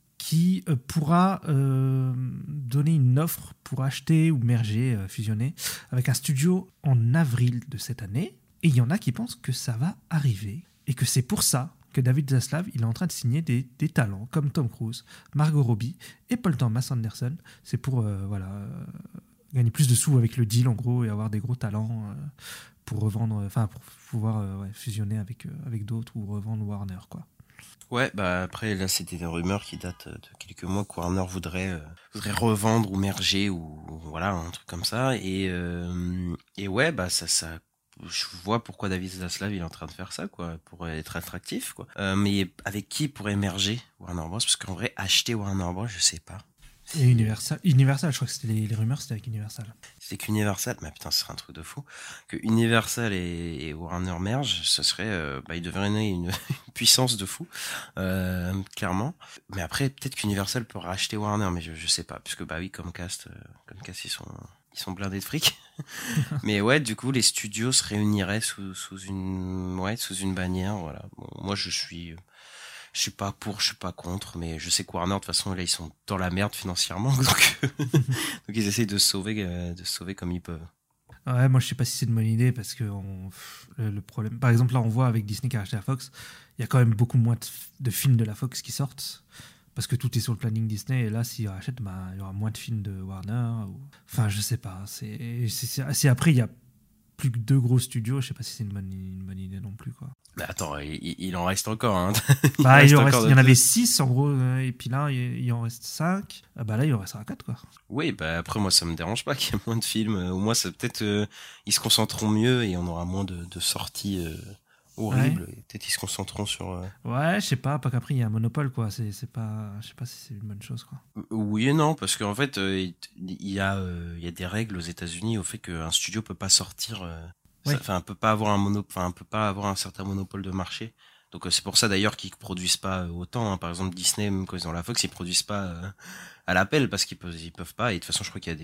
qui euh, pourra euh, donner une offre pour acheter ou merger, euh, fusionner avec un studio en avril de cette année. Et il y en a qui pensent que ça va arriver et que c'est pour ça que David Zaslav il est en train de signer des, des talents comme Tom Cruise, Margot Robbie et Paul Thomas Anderson. C'est pour euh, voilà, euh, gagner plus de sous avec le deal en gros et avoir des gros talents euh, pour revendre, enfin pour pouvoir euh, ouais, fusionner avec, euh, avec d'autres ou revendre Warner quoi. Ouais, bah après là c'était des rumeurs qui datent de quelques mois que Warner voudrait euh, voudrait revendre ou merger ou voilà un truc comme ça et euh, et ouais bah ça ça je vois pourquoi David Zaslav il est en train de faire ça quoi pour être attractif quoi. Euh, mais avec qui pourrait merger Warner Bros parce qu'en vrai acheter Warner Bros je sais pas. Et Universal, Universal, je crois que c'était les, les rumeurs, c'était avec Universal. C'est qu'Universal, mais putain, ce serait un truc de fou. Que Universal et, et Warner mergent, ce serait, euh, bah, ils deviendraient une, une puissance de fou, euh, clairement. Mais après, peut-être qu'Universal peut racheter Warner, mais je, je sais pas, puisque bah oui, Comcast, euh, Comcast, ils sont, ils sont blindés de fric. Mais ouais, du coup, les studios se réuniraient sous, sous une, ouais, sous une bannière, voilà. Bon, moi, je suis. Je suis pas pour, je suis pas contre, mais je sais que Warner, de toute façon, là, ils sont dans la merde financièrement, donc, donc ils essayent de se sauver, euh, de se sauver comme ils peuvent. Ouais, moi je sais pas si c'est une bonne idée parce que on, le, le problème, par exemple là on voit avec Disney qui a acheté la Fox, il y a quand même beaucoup moins de, de films de la Fox qui sortent parce que tout est sur le planning Disney et là s'ils rachètent, bah, il y aura moins de films de Warner. Ou... Enfin je sais pas, c'est, c'est, c'est, c'est après il y a plus que deux gros studios, je sais pas si c'est une bonne, une bonne idée non plus quoi. Mais attends, il, il en reste encore, hein. il, bah, il, en reste, encore il y en avait six en gros, et puis là il, il en reste cinq. Ah bah là il en restera quatre quoi. Oui, bah après moi ça me dérange pas qu'il y ait moins de films. Au moins ça peut-être euh, ils se concentreront mieux et on aura moins de, de sorties euh, horribles. Ouais. Et peut-être ils se concentreront sur. Euh... Ouais, je sais pas, pas qu'après il y a un monopole quoi. C'est, c'est pas, je sais pas si c'est une bonne chose quoi. Oui et non, parce qu'en fait euh, il y a euh, il y a des règles aux États-Unis au fait qu'un studio peut pas sortir. Euh... Oui. Enfin, peut pas avoir un mono, enfin, peut pas avoir un certain monopole de marché. Donc, euh, c'est pour ça d'ailleurs qu'ils produisent pas autant, hein. Par exemple, Disney, même quand ils ont la Fox, ils produisent pas euh, à l'appel parce qu'ils peuvent, ils peuvent pas. Et de toute façon, je crois qu'il y a des,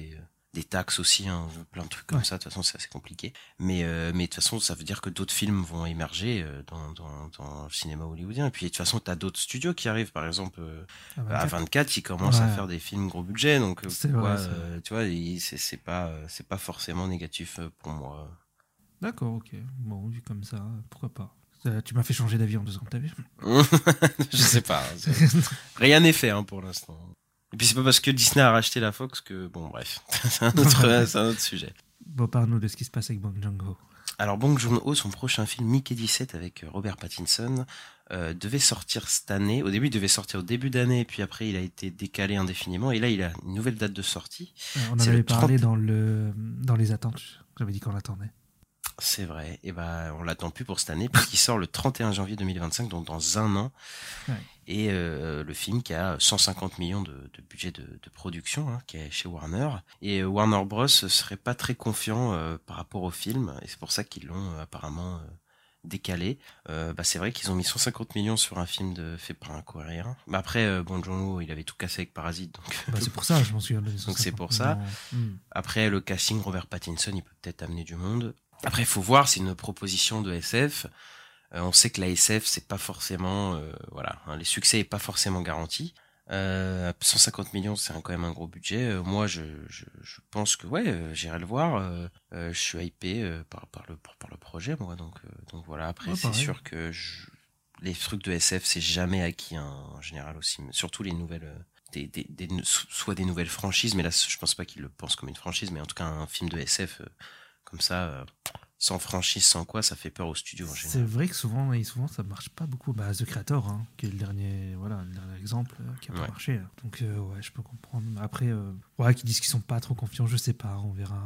des taxes aussi, hein, plein de trucs comme Ouais. ça. De toute façon, c'est assez compliqué. Mais, euh, mais de toute façon, ça veut dire que d'autres films vont émerger euh, dans, dans, dans le cinéma hollywoodien. Et puis, de toute façon, t'as d'autres studios qui arrivent. Par exemple, euh, Ah, à vingt-quatre. vingt-quatre, ils commencent à Ouais. faire des films gros budget. Donc, euh, C'est pourquoi, vrai, c'est euh, tu vois, il- c'est, c'est pas, euh, c'est pas forcément négatif euh, pour moi. D'accord, ok. Bon, vu comme ça, pourquoi pas. Ça, tu m'as fait changer d'avis en deux secondes, t'as vu? Je sais pas. hein, c'est- Rien n'est fait hein, pour l'instant. Et puis c'est pas parce que Disney a racheté la Fox que bon bref, c'est un autre, c'est un autre sujet. Bon, parle-nous de ce qui se passe avec Bong Joon-ho. Alors Bong Joon-ho, son prochain film Mickey dix-sept avec Robert Pattinson euh, devait sortir cette année. Au début, il devait sortir au début d'année, puis après il a été décalé indéfiniment. Et là, il a une nouvelle date de sortie. Euh, on en C'est avait le parlé trente. dans, le, dans les attentes. J'avais dit qu'on l'attendait. C'est vrai. Et ben, on l'attend plus pour cette année puisqu'il sort le trente et un janvier deux mille vingt-cinq, donc dans un an. Ouais. Et euh, le film qui a cent cinquante millions de, de budget de, de production, hein, qui est chez Warner. Et euh, Warner Bros serait pas très confiant euh, par rapport au film, et c'est pour ça qu'ils l'ont euh, apparemment euh, décalé. Euh, bah, c'est vrai qu'ils ont mis cent cinquante millions sur un film de, fait par un Coréen. Mais après, euh, Bong Joon-ho, il avait tout cassé avec Parasite, donc. Bah, c'est pour ça, je m'en souviens. de Donc c'est pour ça. Hmm. Après, le casting, Robert Pattinson, il peut peut-être amener du monde. Après, il faut voir, c'est une proposition de S F. Euh, on sait que la S F, c'est pas forcément, euh, voilà, hein, les succès est pas forcément garanti. Euh, cent cinquante millions, c'est un- quand même un gros budget. Euh, moi, je, je, je pense que ouais, euh, j'irai le voir. Euh, euh, je suis hypé euh, par, par le par, par le projet, moi. Donc euh, donc voilà. Après, Ouais, c'est pareil. sûr que je, les trucs de S F, c'est jamais acquis hein, en général aussi. Mais surtout les nouvelles, euh, des, des, des, soit des nouvelles franchises, mais là, je pense pas qu'ils le pensent comme une franchise, mais en tout cas un film de S F. Euh, Comme ça, euh, sans franchise, sans quoi, ça fait peur au studio en C'est général. vrai que souvent, et souvent ça marche pas beaucoup. Bah, The Creator, hein, qui est le dernier, voilà, le dernier exemple euh, qui a pas Ouais. marché. hein. Donc, euh, ouais, je peux comprendre. Mais après, euh, ouais, qui disent qu'ils sont pas trop confiants, je sais pas, on verra.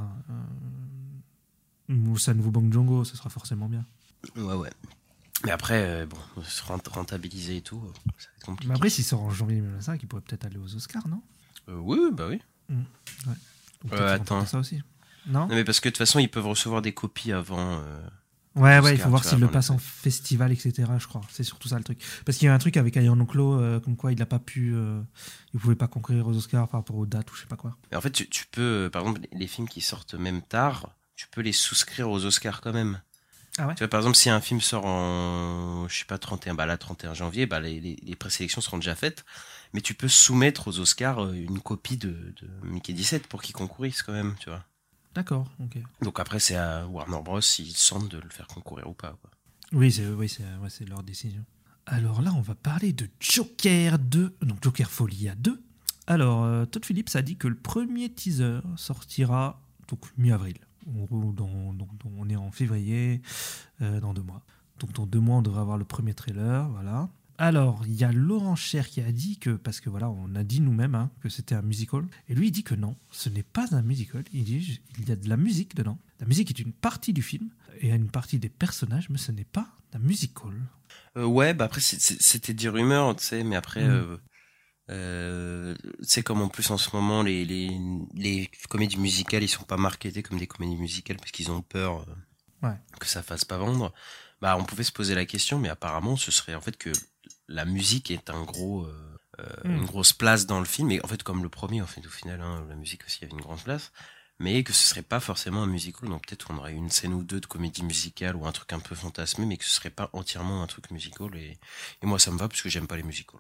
Euh, ou ça nouveau Bong Joon-ho, ce sera forcément bien. Ouais, ouais. Mais après, euh, bon, se rent- rentabiliser et tout, euh, ça va être compliqué. Mais après, s'il sort en janvier deux mille vingt-cinq, il pourrait peut-être aller aux Oscars, non? Euh, oui, oui, bah oui. Ou Euh, peut-être qu'ils vont attends. tenter ça aussi. Non? Non, mais parce que de toute façon, ils peuvent recevoir des copies avant. euh, Ouais, Oscar, ouais, il faut voir tu s'il vois, le passe avant en le- festival, et cetera. Je crois. C'est surtout ça le truc. Parce qu'il y a un truc avec Ayan Onclo, euh, comme quoi il n'a pas pu. Euh, il pouvait pas concourir aux Oscars par rapport aux dates ou je sais pas quoi. Mais en fait, tu, tu peux, euh, par exemple, les- les films qui sortent même tard, tu peux les souscrire aux Oscars quand même. Ah ouais? Tu vois, par exemple, si un film sort en, je sais pas, trente et un, bah là, trente et un janvier, bah les, les, les présélections seront déjà faites. Mais tu peux soumettre aux Oscars euh, une copie de, de Mickey dix-sept pour qu'ils concourissent quand même, tu vois. D'accord, ok. Donc après, c'est à Warner Bros. S'ils sentent de le faire concourir ou pas, quoi. Oui, c'est oui, c'est ouais, c'est leur décision. Alors là, on va parler de Joker deux, donc Joker Folia deux. Alors, euh, Todd Phillips a dit que le premier teaser sortira donc mi-avril. En gros, dans- donc, donc, on est en février, euh, dans deux mois. Donc dans deux mois, on devrait avoir le premier trailer, voilà. Alors, il y a Laurent Cher qui a dit que, parce que voilà, on a dit nous-mêmes hein, que c'était un musical, et lui il dit que non, ce n'est pas un musical, il dit il y a de la musique dedans. La musique est une partie du film, et une partie des personnages, mais ce n'est pas un musical. Euh, ouais, bah après, c'est- c'est- c'était des rumeurs, tu sais, mais après, Mm. euh, euh, c'est comme en plus en ce moment, les, les, les comédies musicales, ils sont pas marketés comme des comédies musicales parce qu'ils ont peur euh, Ouais. que ça fasse pas vendre. Bah, on pouvait se poser la question, mais apparemment, ce serait en fait que la musique est un gros, euh, euh, Mm. une grosse place dans le film, et en fait, comme le premier, en fait, au final, hein, la musique aussi avait une grande place. Mais que ce serait pas forcément un musical, donc peut-être qu'on aurait une scène ou deux de comédie musicale ou un truc un peu fantasmé, mais que ce serait pas entièrement un truc musical, et, et moi ça me va parce que j'aime pas les musicals.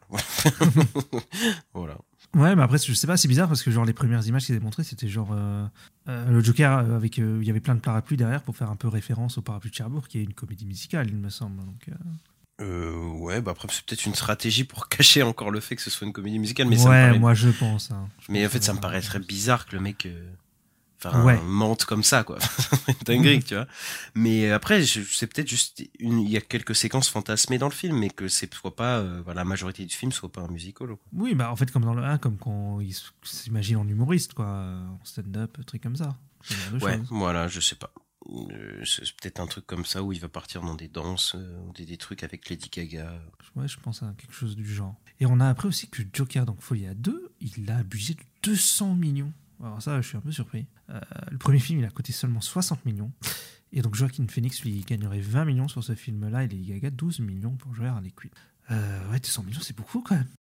Voilà. Ouais, mais après, je sais pas, c'est bizarre parce que genre les premières images qu'ils avaient montrées, c'était genre euh, euh, le Joker euh, avec, euh, il y avait plein de parapluies derrière pour faire un peu référence au parapluie de Cherbourg, qui est une comédie musicale, il me semble. Donc, euh... Euh, ouais, bah après c'est peut-être une stratégie pour cacher encore le fait que ce soit une comédie musicale, mais ça me ouais, paraît... moi je pense. Hein. Je mais en pense fait que ça me vraiment- paraît très bizarre que le mec euh, enfin, Ouais. mente comme ça, quoi. Dinguerie, tu vois. Mais après, je- c'est peut-être juste une, il y a quelques séquences fantasmées dans le film, mais que c'est soit pas, euh, voilà, la majorité du film soit pas un musical, quoi. Oui, bah en fait, comme dans le un, comme quand il s- s'imagine en humoriste, quoi, en stand-up, truc comme ça. Ce genre de Ouais, choses. voilà, je sais pas. Euh, c'est peut-être un truc comme ça où il va partir dans des danses, euh, ou des, des trucs avec Lady Gaga. Ouais, je pense à quelque chose du genre. Et on a appris aussi que Joker, donc Folia deux, il a un budget de deux cents millions. Alors ça, je suis un peu surpris. Euh, le premier film, il a coûté seulement soixante millions. Et donc Joaquin Phoenix, lui, il gagnerait vingt millions sur ce film-là, et Lady Gaga douze millions pour jouer Harley Quinn. Euh, ouais, deux cents millions, c'est beaucoup quand même.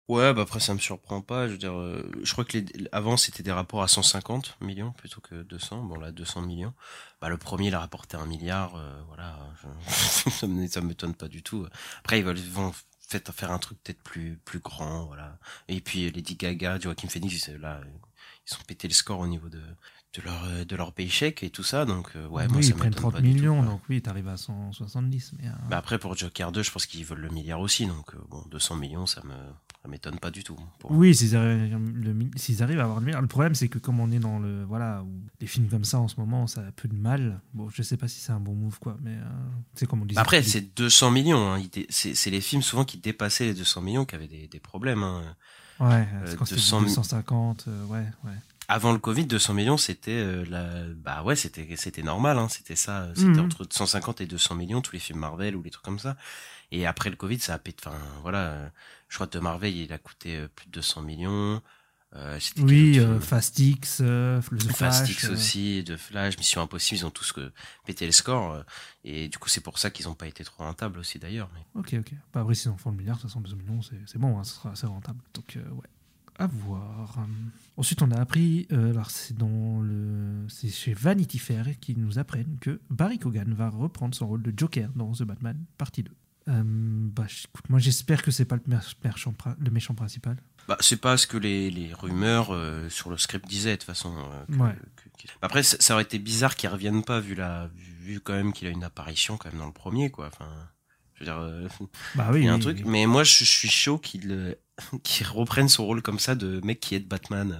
Ouais, bah après ça me surprend pas. Je veux dire, euh, je crois que les, avant c'était des rapports à cent cinquante millions plutôt que deux cents. Bon là, deux cents millions. Bah le premier il a rapporté un milliard. Euh, voilà, je- ça me- ça m'étonne pas du tout. Après ils veulent ils vont fait- faire un truc peut-être plus plus grand, voilà. Et puis Lady Gaga, Joaquin Phoenix, là ils ont pété le score au niveau de de leur euh, de leur paycheck et tout ça. Donc euh, ouais, moi oui, ça ils prennent m'étonne trente pas du tout, millions, quoi. donc oui, t'arrives à cent soixante-dix. Mais, euh, Bah après pour Joker deux, je pense qu'ils veulent le milliard aussi. Donc euh, bon, deux cents millions, ça me ça m'étonne pas du tout. Pour... Oui, s'ils arrivent, le mi- s'ils arrivent à avoir le meilleur. Le problème, c'est que comme on est dans le. Voilà, où les films comme ça en ce moment, ça a peu de mal. Bon, je sais pas si c'est un bon move, quoi, mais euh, c'est comme on disait. Après, les- c'est deux cents millions. Hein. Il dé- C'est c'est les films souvent qui dépassaient les deux cents millions qui avaient des, des problèmes. Hein. Ouais, Euh, c'est quand c'était deux cents deux cent cinquante, euh, ouais, ouais. Avant le Covid, deux cents millions, c'était euh, la... bah ouais, c'était c'était normal. Hein. C'était ça. euh, C'était Mhm. entre cent cinquante et deux cents millions tous les films Marvel ou les trucs comme ça. Et après le Covid, ça a pété. Enfin voilà, euh, je crois que de Marvel, il a coûté euh, plus de deux cents millions. Euh, c'était quel Oui, autre euh, film Fast X, euh, The Flash. Fast X euh, aussi, de Flash, Mission Impossible, ils ont tous que pété le score. euh, Et du coup, c'est pour ça qu'ils ont pas été trop rentables aussi d'ailleurs. Mais... Ok, ok. Bah, après, s'ils en font le milliard, de toute façon, deux millions, c'est c'est bon, hein, ça sera assez rentable. Donc, euh, ouais. À voir. Ensuite, on a appris, euh, alors c'est dans le, c'est chez Vanity Fair qui nous apprennent que Barry Keoghan va reprendre son rôle de Joker dans The Batman partie deux. Euh, bah, écoute, moi j'espère que c'est pas le, mer- méchant, pri- le méchant principal. Bah, c'est pas ce que les, les rumeurs euh, sur le script disaient de toute façon. euh, que- Ouais. que- que- Après, ça, ça aurait été bizarre qu'il revienne pas vu la vu, vu quand même qu'il a une apparition quand même dans le premier quoi. Enfin, je veux dire, euh, Bah oui, il y a un oui, truc. oui. Mais moi, je, je suis chaud qu'il euh, qu'il reprenne son rôle comme ça de mec qui aide Batman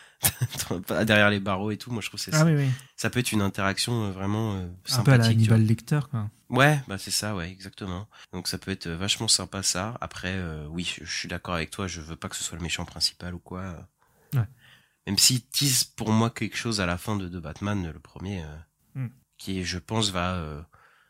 euh, derrière les barreaux et tout. Moi, je trouve que c'est Ah ça. oui, oui. Ça peut être une interaction euh, vraiment euh, Un peu à la sympathique. tu vois. Hannibal Lecter, quoi. Ouais, bah c'est ça, ouais, exactement. Donc ça peut être euh, vachement sympa ça. Après, euh, oui, je, je suis d'accord avec toi. Je veux pas que ce soit le méchant principal ou quoi. Ouais. Même s'il tease pour moi quelque chose à la fin de, de Batman, le premier, euh, Mm. qui je pense va, euh,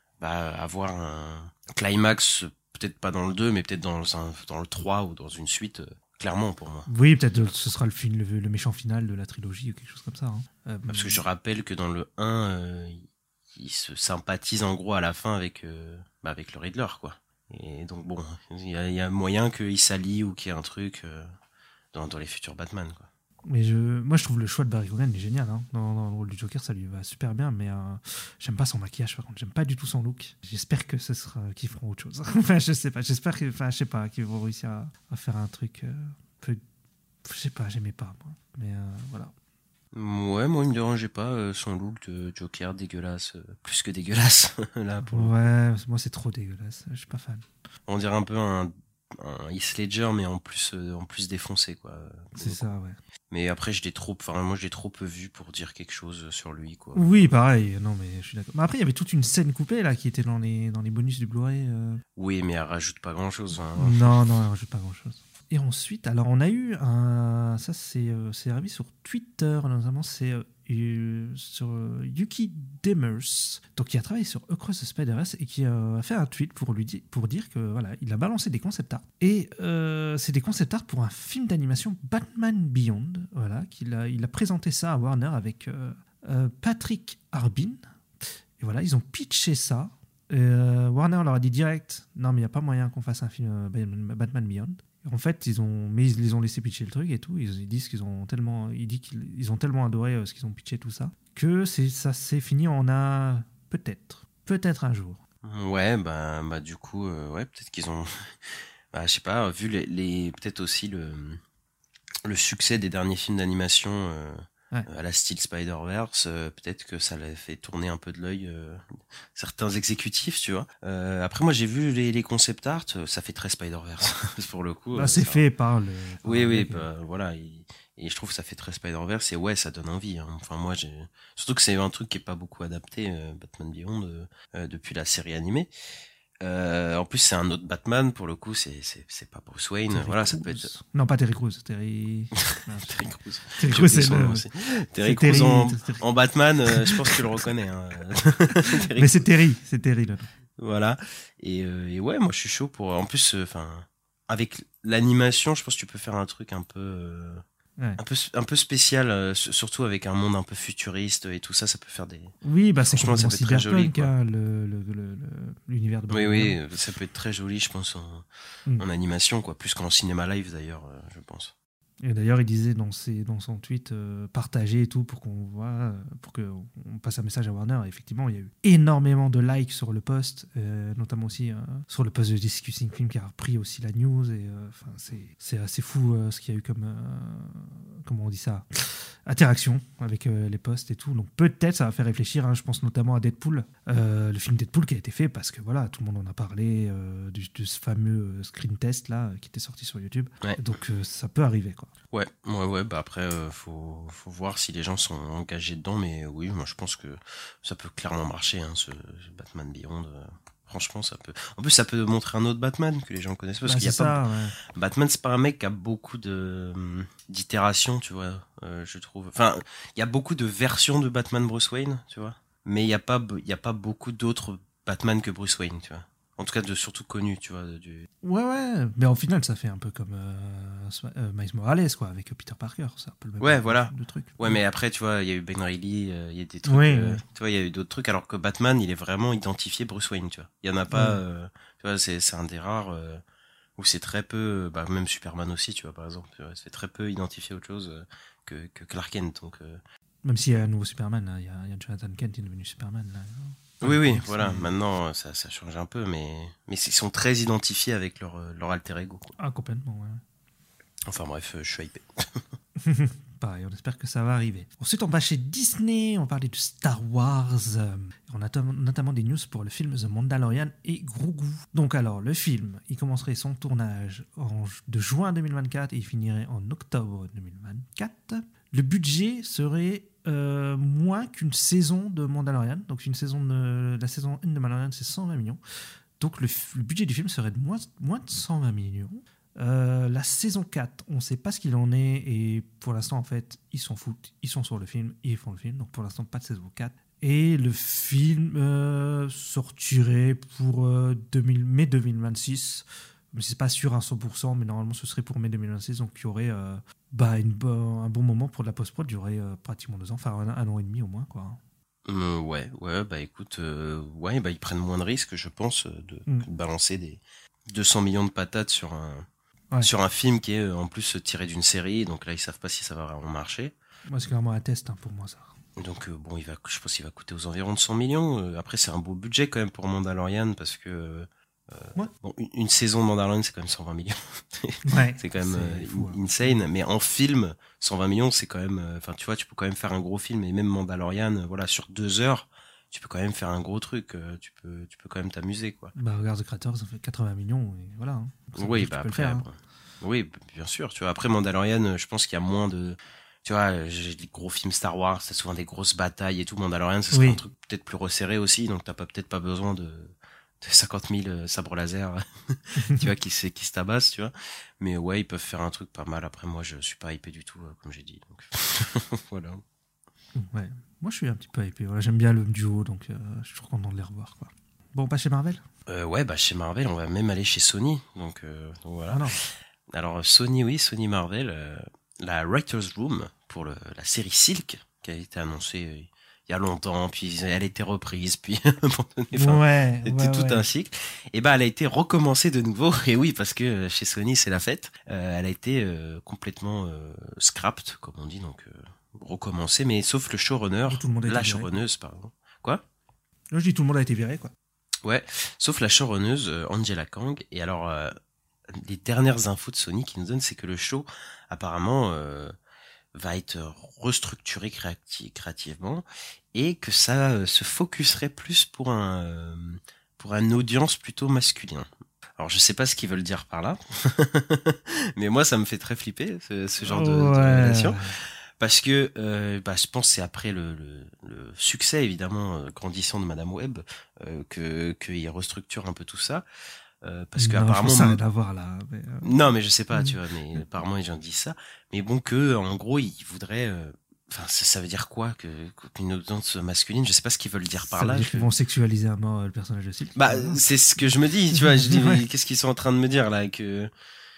va avoir un climax, peut-être pas dans le deux, mais peut-être dans un, dans le trois ou dans une suite, euh, clairement pour moi. Oui, peut-être euh, ce sera le, film, le, le méchant final de la trilogie ou quelque chose comme ça. Hein. Euh, Parce que je rappelle que dans le un, euh, il, il se sympathise en gros à la fin avec, euh, bah, avec le Riddler, quoi. Et donc bon, il y a, il y a moyen qu'il s'allie ou qu'il y ait un truc euh, dans, dans les futurs Batman, quoi. Mais je, moi, je trouve le choix de Barry Keoghan il est génial. Hein. Dans, dans le rôle du Joker, ça lui va super bien. Mais euh, j'aime pas son maquillage, par contre. J'aime pas du tout son look. J'espère que ce sera qu'ils feront autre chose. Enfin, je sais pas. J'espère que, enfin, je sais pas, qu'ils vont réussir à, à faire un truc. Euh, peu, je sais pas. J'aimais pas, moi. Mais euh, voilà. Ouais, moi il me dérangeait pas euh, son look de Joker dégueulasse, euh, plus que dégueulasse là pour le- Ouais, moi, c'est trop dégueulasse. Je suis pas fan. on dirait un peu un, un Heath Ledger mais en plus euh, en plus défoncé quoi. pour C'est le coup. ça, ouais. Mais après je l'ai trop, enfin moi je l'ai trop peu vu pour dire quelque chose sur lui quoi. Oui, pareil. Non, mais je suis d'accord. Mais après, il y avait toute une scène coupée là qui était dans les dans les bonus du Blu-ray. euh. Oui, mais elle rajoute pas grand chose. Non, non, elle rajoute pas grand-chose. Et ensuite, alors on a eu un, ça c'est euh, c'est arrivé sur Twitter notamment, c'est euh, euh, sur euh, Yuki Demers, donc qui a travaillé sur Across the Spider-Verse et qui euh, a fait un tweet pour lui dire pour dire que voilà, il a balancé des concept art et euh, c'est des concept art pour un film d'animation Batman Beyond, voilà, qu'il a il a présenté ça à Warner avec euh, euh, Patrick Harbin. Et voilà, ils ont pitché ça. Euh, Warner leur a dit direct, non mais il n'y a pas moyen qu'on fasse un film euh, Batman Beyond. En fait, ils ont, mais ils les ont laissé pitcher le truc et tout. Ils, ils disent qu'ils ont tellement, ils disent qu'ils ils ont tellement adoré euh, ce qu'ils ont pitché tout ça que c'est ça s'est fini en un peut-être, peut-être un jour. Ouais, bah bah du coup euh, ouais, peut-être qu'ils ont bah je sais pas, vu les, les peut-être aussi le le succès des derniers films d'animation euh, Ouais. à la style Spider-Verse, euh, peut-être que ça l'a fait tourner un peu de l'œil euh, certains exécutifs, tu vois. Euh, après moi j'ai vu les, les concept art, euh, ça fait très Spider-Verse pour le coup. Bah, euh, c'est ça- fait par le. par Oui le oui, mec, bah, voilà, et, et je trouve que ça fait très Spider-Verse et ouais, ça donne envie. Hein. Enfin moi j'ai surtout que c'est un truc qui est pas beaucoup adapté, euh, Batman Beyond euh, euh, depuis la série animée. Euh, en plus, c'est un autre Batman, pour le coup, c'est, c'est, c'est pas Bruce Wayne. Terry Voilà, ça Crews. peut être. Non, pas Terry Crews, Terry. Terry Crews. Terry J'ai Crews, oublié c'est son le. nom aussi. Terry c'est Crews Terry- en, Terry- en Batman, euh, je pense que tu le reconnais. Hein. Terry Mais c'est Terry, c'est Terry là. Voilà. Et, euh, et ouais, moi je suis chaud pour. En plus, enfin, euh, avec l'animation, je pense que tu peux faire un truc un peu, euh, Ouais. un peu un peu spécial, euh, surtout avec un monde un peu futuriste et tout ça, ça peut faire des. Oui, bah c'est Franchement, ça complètement peut être très joli, cyberpunk, quoi. hein, le, le, le- le- l'univers de Oui, Batman. oui, ça peut être très joli, je pense, en, Mm. en animation, quoi, plus qu'en cinéma live d'ailleurs, euh, je pense. Et d'ailleurs, il disait dans, ses, dans son tweet euh, partager et tout pour qu'on voit, euh, pour qu'on passe un message à Warner. Et effectivement, il y a eu énormément de likes sur le post, euh, notamment aussi euh, sur le post de Discussing Film qui a repris aussi la news. Et euh, enfin, c'est, c'est assez fou euh, ce qu'il y a eu comme, euh, comment on dit ça, interaction avec euh, les posts et tout. Donc peut-être ça va faire réfléchir. Hein, je pense notamment à Deadpool, euh, le film Deadpool qui a été fait parce que voilà, tout le monde en a parlé euh, du, de ce fameux euh, screen test là qui était sorti sur YouTube. Ouais. Donc euh, ça peut arriver quoi. Ouais, ouais, ouais, bah après, euh, faut, faut voir si les gens sont engagés dedans, mais oui, moi je pense que ça peut clairement marcher, hein, ce, ce Batman Beyond. euh, franchement, ça peut. En plus, ça peut montrer un autre Batman que les gens connaissent pas, parce Bah, qu'il y a c'est pas. ça, ouais. Batman, c'est pas un mec qui a beaucoup de hum, d'itérations, tu vois, euh, je trouve. Enfin, il y a beaucoup de versions de Batman Bruce Wayne, tu vois, mais il y a pas, il y a pas beaucoup d'autres Batman que Bruce Wayne, tu vois. En tout cas, de surtout connus, tu vois, du. Ouais, ouais, mais au final, ça fait un peu comme euh, euh, Miles Morales, quoi, avec Peter Parker. C'est un peu le même Ouais, genre voilà. de truc. Ouais, mais après, tu vois, il y a eu Ben Reilly, euh, il y a des trucs, Oui, euh, oui. tu vois, il y a eu d'autres trucs, alors que Batman, il est vraiment identifié Bruce Wayne, tu vois. Il y en a pas, Ouais. euh, tu vois, c'est, c'est un des rares, euh, où c'est très peu, bah, même Superman aussi, tu vois, par exemple, tu vois, c'est très peu identifié autre chose euh, que, que Clark Kent, donc, euh, Même s'il y a un nouveau Superman, là, il y a, il y a Jonathan Kent qui est devenu Superman. Là. Enfin, oui, oui, comics, voilà, mais- maintenant, ça, ça change un peu, mais, mais ils sont très identifiés avec leur, euh, leur alter ego, quoi. Ah, complètement, ouais. Enfin, bref, euh, je suis hypé. Pareil, on espère que ça va arriver. Ensuite, on va chez Disney, on parlait de Star Wars. euh, on a tom- notamment des news pour le film The Mandalorian et Grogu. Donc alors, le film, il commencerait son tournage en, de juin deux mille vingt-quatre et il finirait en octobre deux mille vingt-quatre. Le budget serait euh, moins qu'une saison de Mandalorian. Donc une saison de, la saison un de Mandalorian, c'est cent vingt millions. Donc le, f- le budget du film serait de moins, moins de cent vingt millions. Euh, la saison quatre, on ne sait pas ce qu'il en est et pour l'instant en fait ils s'en foutent, ils sont sur le film et ils font le film, donc pour l'instant pas de saison quatre. Et le film euh, sortirait pour euh, deux mille, mai deux mille vingt-six, mais c'est pas sûr à cent pour cent, mais normalement ce serait pour mai deux mille vingt-six, donc il y aurait euh, bah, une bo- un bon moment pour de la post-prod, il y aurait euh, pratiquement deux ans, enfin un, un an et demi au moins quoi. Euh, ouais, ouais, bah écoute, euh, ouais, bah ils prennent moins de risques, je pense, euh, de, Mm. que de balancer des deux cents millions de patates sur un, Ouais. sur un film qui est euh, en plus tiré d'une série, donc là ils savent pas si ça va vraiment marcher. Moi c'est clairement un test hein, pour moi ça. Donc euh, bon, il va, je pense qu'il va coûter aux environs de cent millions. Euh, après c'est un beau budget quand même pour Mandalorian parce que euh, Ouais. bon, une, une saison de Mandalorian c'est quand même cent vingt millions. Ouais, C'est quand même euh, fou, hein. insane, mais en film, cent vingt millions, c'est quand même, enfin, tu vois, tu peux quand même faire un gros film, et même Mandalorian, euh, voilà, sur deux heures, tu peux quand même faire un gros truc, euh, tu peux, tu peux quand même t'amuser, quoi. Bah regarde The Creators, ça fait quatre-vingts millions et voilà. Hein. Ça veut Oui, dire que bah tu peux le après, faire, hein. après- oui, b- bien sûr, tu vois, après Mandalorian, euh, je pense qu'il y a moins de, tu vois, j'ai des gros films Star Wars, c'est souvent des grosses batailles et tout, Mandalorian, ça serait Oui. un truc peut-être plus resserré aussi, donc t'as pas, peut-être pas besoin de, de cinquante mille euh, sabres laser, tu vois, qui se, qui se tabassent, tu vois. Mais ouais, ils peuvent faire un truc pas mal. Après, moi, je suis pas hypé du tout, euh, comme j'ai dit. Donc, voilà. Ouais, moi je suis un petit peu hypé. Voilà, j'aime bien le duo, donc euh, je suis toujours content de les revoir. Quoi. Bon, pas chez Marvel Euh, ouais, bah, chez Marvel, on va même aller chez Sony. Donc, euh, donc voilà. Ah non. Alors, Sony, oui, Sony Marvel, euh, la Writer's Room pour le, la série Silk, qui a été annoncée euh, il y a longtemps, puis elle a été reprise, puis abandonnée. Enfin, ouais, c'était ouais, tout ouais. un cycle. Et bah, elle a été recommencée de nouveau. Et oui, parce que euh, chez Sony, c'est la fête. Euh, elle a été euh, complètement euh, scrapped, comme on dit, donc euh, recommencée, mais sauf le showrunner, Et tout le monde a été la viré. showrunneuse, pardon. Quoi? Là, je dis tout le monde a été viré, quoi. Ouais, sauf la showrunneuse euh, Angela Kang. Et alors, euh, les dernières infos de Sony qui nous donnent, c'est que le show, apparemment, euh, va être restructuré créati- créativement et que ça euh, se focuserait plus pour un euh, pour une audience plutôt masculin. Alors je sais pas ce qu'ils veulent dire par là, mais moi ça me fait très flipper ce, ce genre de, de Ouais. révélation. Parce que euh, bah, je pense que c'est après le, le, le succès évidemment euh, grandissant de Madame Web euh, que qu'il restructure un peu tout ça. Euh, parce que Non, je apparemment pense que ça n'a rien à voir, là. Mais, euh, non mais je sais pas Mm. tu vois mais apparemment les gens disent ça mais bon que en gros ils voudraient euh, enfin ça, ça veut dire quoi que qu'une audience masculine je sais pas ce qu'ils veulent dire par ça veut là dire je- qu'ils vont sexualiser à mort euh, le personnage de Silk. bah Voilà. c'est ce que je me dis tu vois je dis Ouais. mais qu'est-ce qu'ils sont en train de me dire là que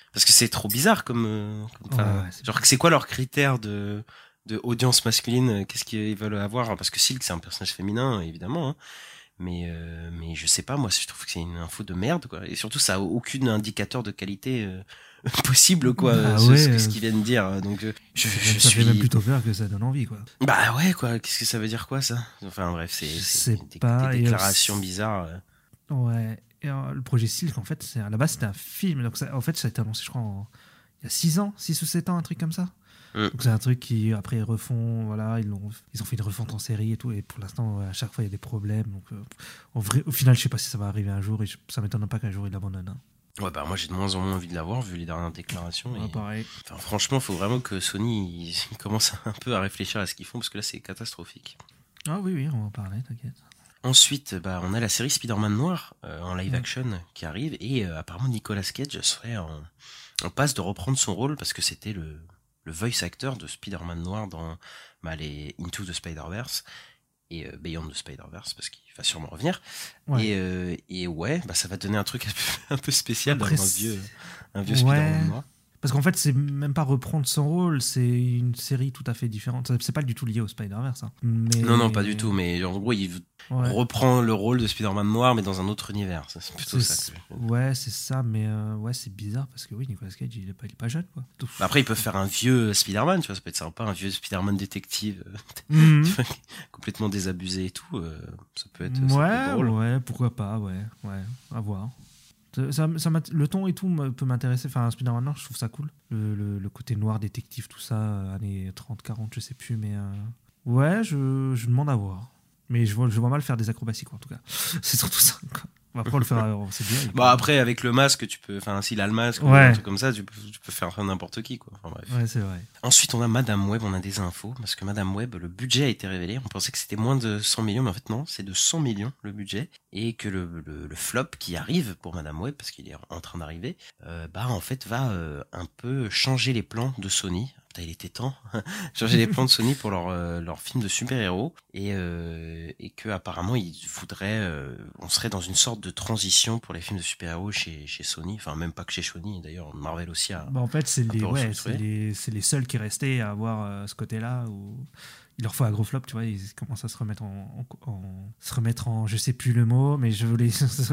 Parce que c'est trop bizarre comme, euh, comme Ouais, ouais, c'est genre c'est quoi leur critère de de audience masculine, qu'est-ce qu'ils veulent avoir, parce que Silk c'est un personnage féminin évidemment, hein, mais euh, mais je sais pas, moi je trouve que c'est une info de merde quoi, et surtout ça a aucun indicateur de qualité euh, possible quoi, Bah ce, ouais, ce, euh, ce qu'ils viennent dire, donc euh, je, je ça suis fait même plutôt peur que ça donne envie, quoi. bah ouais quoi, qu'est-ce que ça veut dire quoi ça, enfin bref, c'est, Je c'est sais des, pas, des et déclarations aussi- bizarres. euh. Ouais. Et euh, le projet Silk, en fait, c'est, à la base, c'était un film. Donc, ça, en fait, ça a été annoncé, je crois, en- il y a six ans, six ou sept ans, un truc comme ça. Mm. Donc, c'est un truc qui, après, ils refont. Voilà, ils, l'ont, ils ont fait une refonte en série et tout. Et pour l'instant, ouais, à chaque fois, il y a des problèmes. Donc, euh, en vrai, au final, je sais pas si ça va arriver un jour. Et je- ça m'étonne pas qu'un jour, ils l'abandonnent. Hein. Ouais bah moi j'ai de moins en moins envie de l'avoir vu les dernières déclarations. Ouais, Et... pareil. Enfin, franchement, faut vraiment que Sony il commence un peu à réfléchir à ce qu'ils font, parce que là c'est catastrophique. Ah oui, oui, on va en parler, t'inquiète. Ensuite, bah, on a la série Spider-Man Noir euh, en live Ouais. action qui arrive, et euh, apparemment Nicolas Cage serait en, en passe de reprendre son rôle, parce que c'était le, le voice actor de Spider-Man Noir dans bah, les Into the Spider-Verse et euh, Beyond the Spider-Verse, parce qu'il va sûrement revenir. Ouais. Et, euh, et ouais, bah, ça va donner un truc un peu, un peu spécial Après, d'avoir un c'est- vieux, un vieux Ouais. Spider-Man Noir. Parce qu'en fait, c'est même pas reprendre son rôle, c'est une série tout à fait différente. C'est pas du tout lié au Spider-Verse. Hein. Mais... Non, non, pas du tout, mais en gros, il Ouais. reprend le rôle de Spider-Man Noir, mais dans un autre univers. C'est plutôt C'est- ça. Que... Ouais, c'est ça, mais euh, ouais, c'est bizarre parce que oui, Nicolas Cage, il est pas, il est pas jeune, quoi. Donc- Bah après, ils peuvent faire un vieux Spider-Man, tu vois, ça peut être sympa, un vieux Spider-Man détective, euh, Mhm. tu vois, complètement désabusé et tout. euh, ça peut être, ça peut Ouais, être drôle. ouais, pourquoi pas, ouais, ouais, à voir. Ça, ça, ça m'int- le ton et tout me- peut m'intéresser. Enfin, Spider-Man Noir, je trouve ça cool. Le, le, le côté noir, détective, tout ça, euh, années trente, quarante, je sais plus, mais euh, ouais, je, je demande à voir. Mais je vois, je vois mal faire des acrobaties, quoi, en tout cas. C'est surtout ça, quoi. Après, on le faire, euh, c'est bien. il Bon, peut- après, avec le masque, tu peux, enfin, s'il a le masque ou Ouais. un truc comme ça, tu peux, tu peux faire n'importe qui, quoi. Enfin, bref. Ouais, c'est vrai. Ensuite, on a Madame Web, on a des infos, parce que Madame Web, le budget a été révélé. On pensait que c'était moins de cent millions, mais en fait, non, c'est de cent millions le budget. Et que le, le, le flop qui arrive pour Madame Web, parce qu'il est en train d'arriver, euh, bah, en fait, va euh, un peu changer les plans de Sony. Putain, il était temps. Changer les plans de Sony pour leur, euh, leur film de super-héros. Et, euh, et que, apparemment, ils voudraient, euh, on serait dans une sorte de transition pour les films de super-héros chez, chez Sony. Enfin, même pas que chez Sony, d'ailleurs, Marvel aussi a. Bah, en fait, c'est un les, peu ouais, restructuré. c'est les, c'est les seuls qui restaient à avoir euh, ce côté-là où il leur faut un gros flop, tu vois, ils commencent à se remettre en, en, en- se remettre en, je sais plus le mot, mais je voulais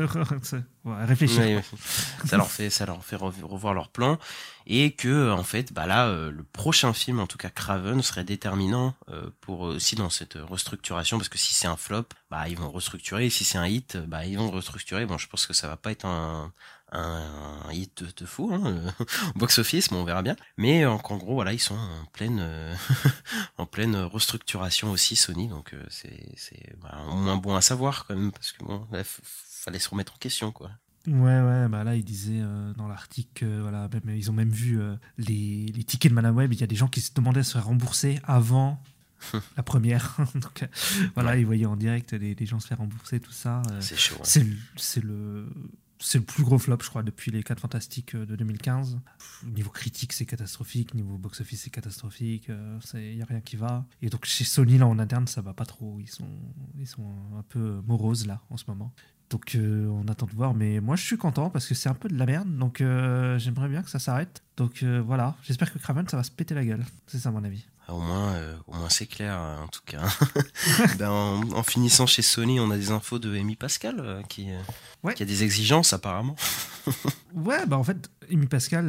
ouais, réfléchir. Ouais, ouais. ça leur fait, ça leur fait rev- revoir leur plan, et que en fait, bah là, euh, le prochain film, en tout cas Craven, serait déterminant euh, pour euh, aussi dans cette restructuration, parce que si c'est un flop, bah ils vont restructurer, et si c'est un hit, bah ils vont restructurer. Bon, je pense que ça va pas être un un, un hit de, de fou, hein, au box-office, mais on verra bien. Mais en, en gros, voilà, ils sont en pleine euh, en pleine restructuration aussi, Sony, donc euh, c'est c'est bah, au moins bon à savoir quand même, parce que bon, là, f- fallait se remettre en question, quoi. Ouais, ouais, bah là, ils disaient euh, dans l'article, euh, voilà, même, ils ont même vu euh, les, les tickets de Madame Web, il y a des gens qui se demandaient à se faire rembourser avant la première. Donc euh, voilà, Ouais. ils voyaient en direct les, les gens se faire rembourser, tout ça. euh, C'est chaud. hein. c'est le, c'est le c'est le plus gros flop, je crois, depuis les quatre Fantastiques euh, de deux mille quinze. Pff, niveau critique, c'est catastrophique. Niveau box-office, c'est catastrophique. Il n'y a rien qui va. Et donc, chez Sony, là, en interne, ça va pas trop. Ils sont, ils sont un peu moroses, là, en ce moment. Donc, euh, on attend de voir. Mais moi, je suis content parce que c'est un peu de la merde. Donc, euh, j'aimerais bien que ça s'arrête. Donc, euh, voilà. J'espère que Craven, ça va se péter la gueule. C'est ça, à mon avis. Ah, Au moins, euh, au moins c'est clair, euh, en tout cas. ben, en, en finissant chez Sony, on a des infos de Amy Pascal euh, qui, euh, Ouais. qui a des exigences apparemment. Ouais, bah en fait, Amy Pascal,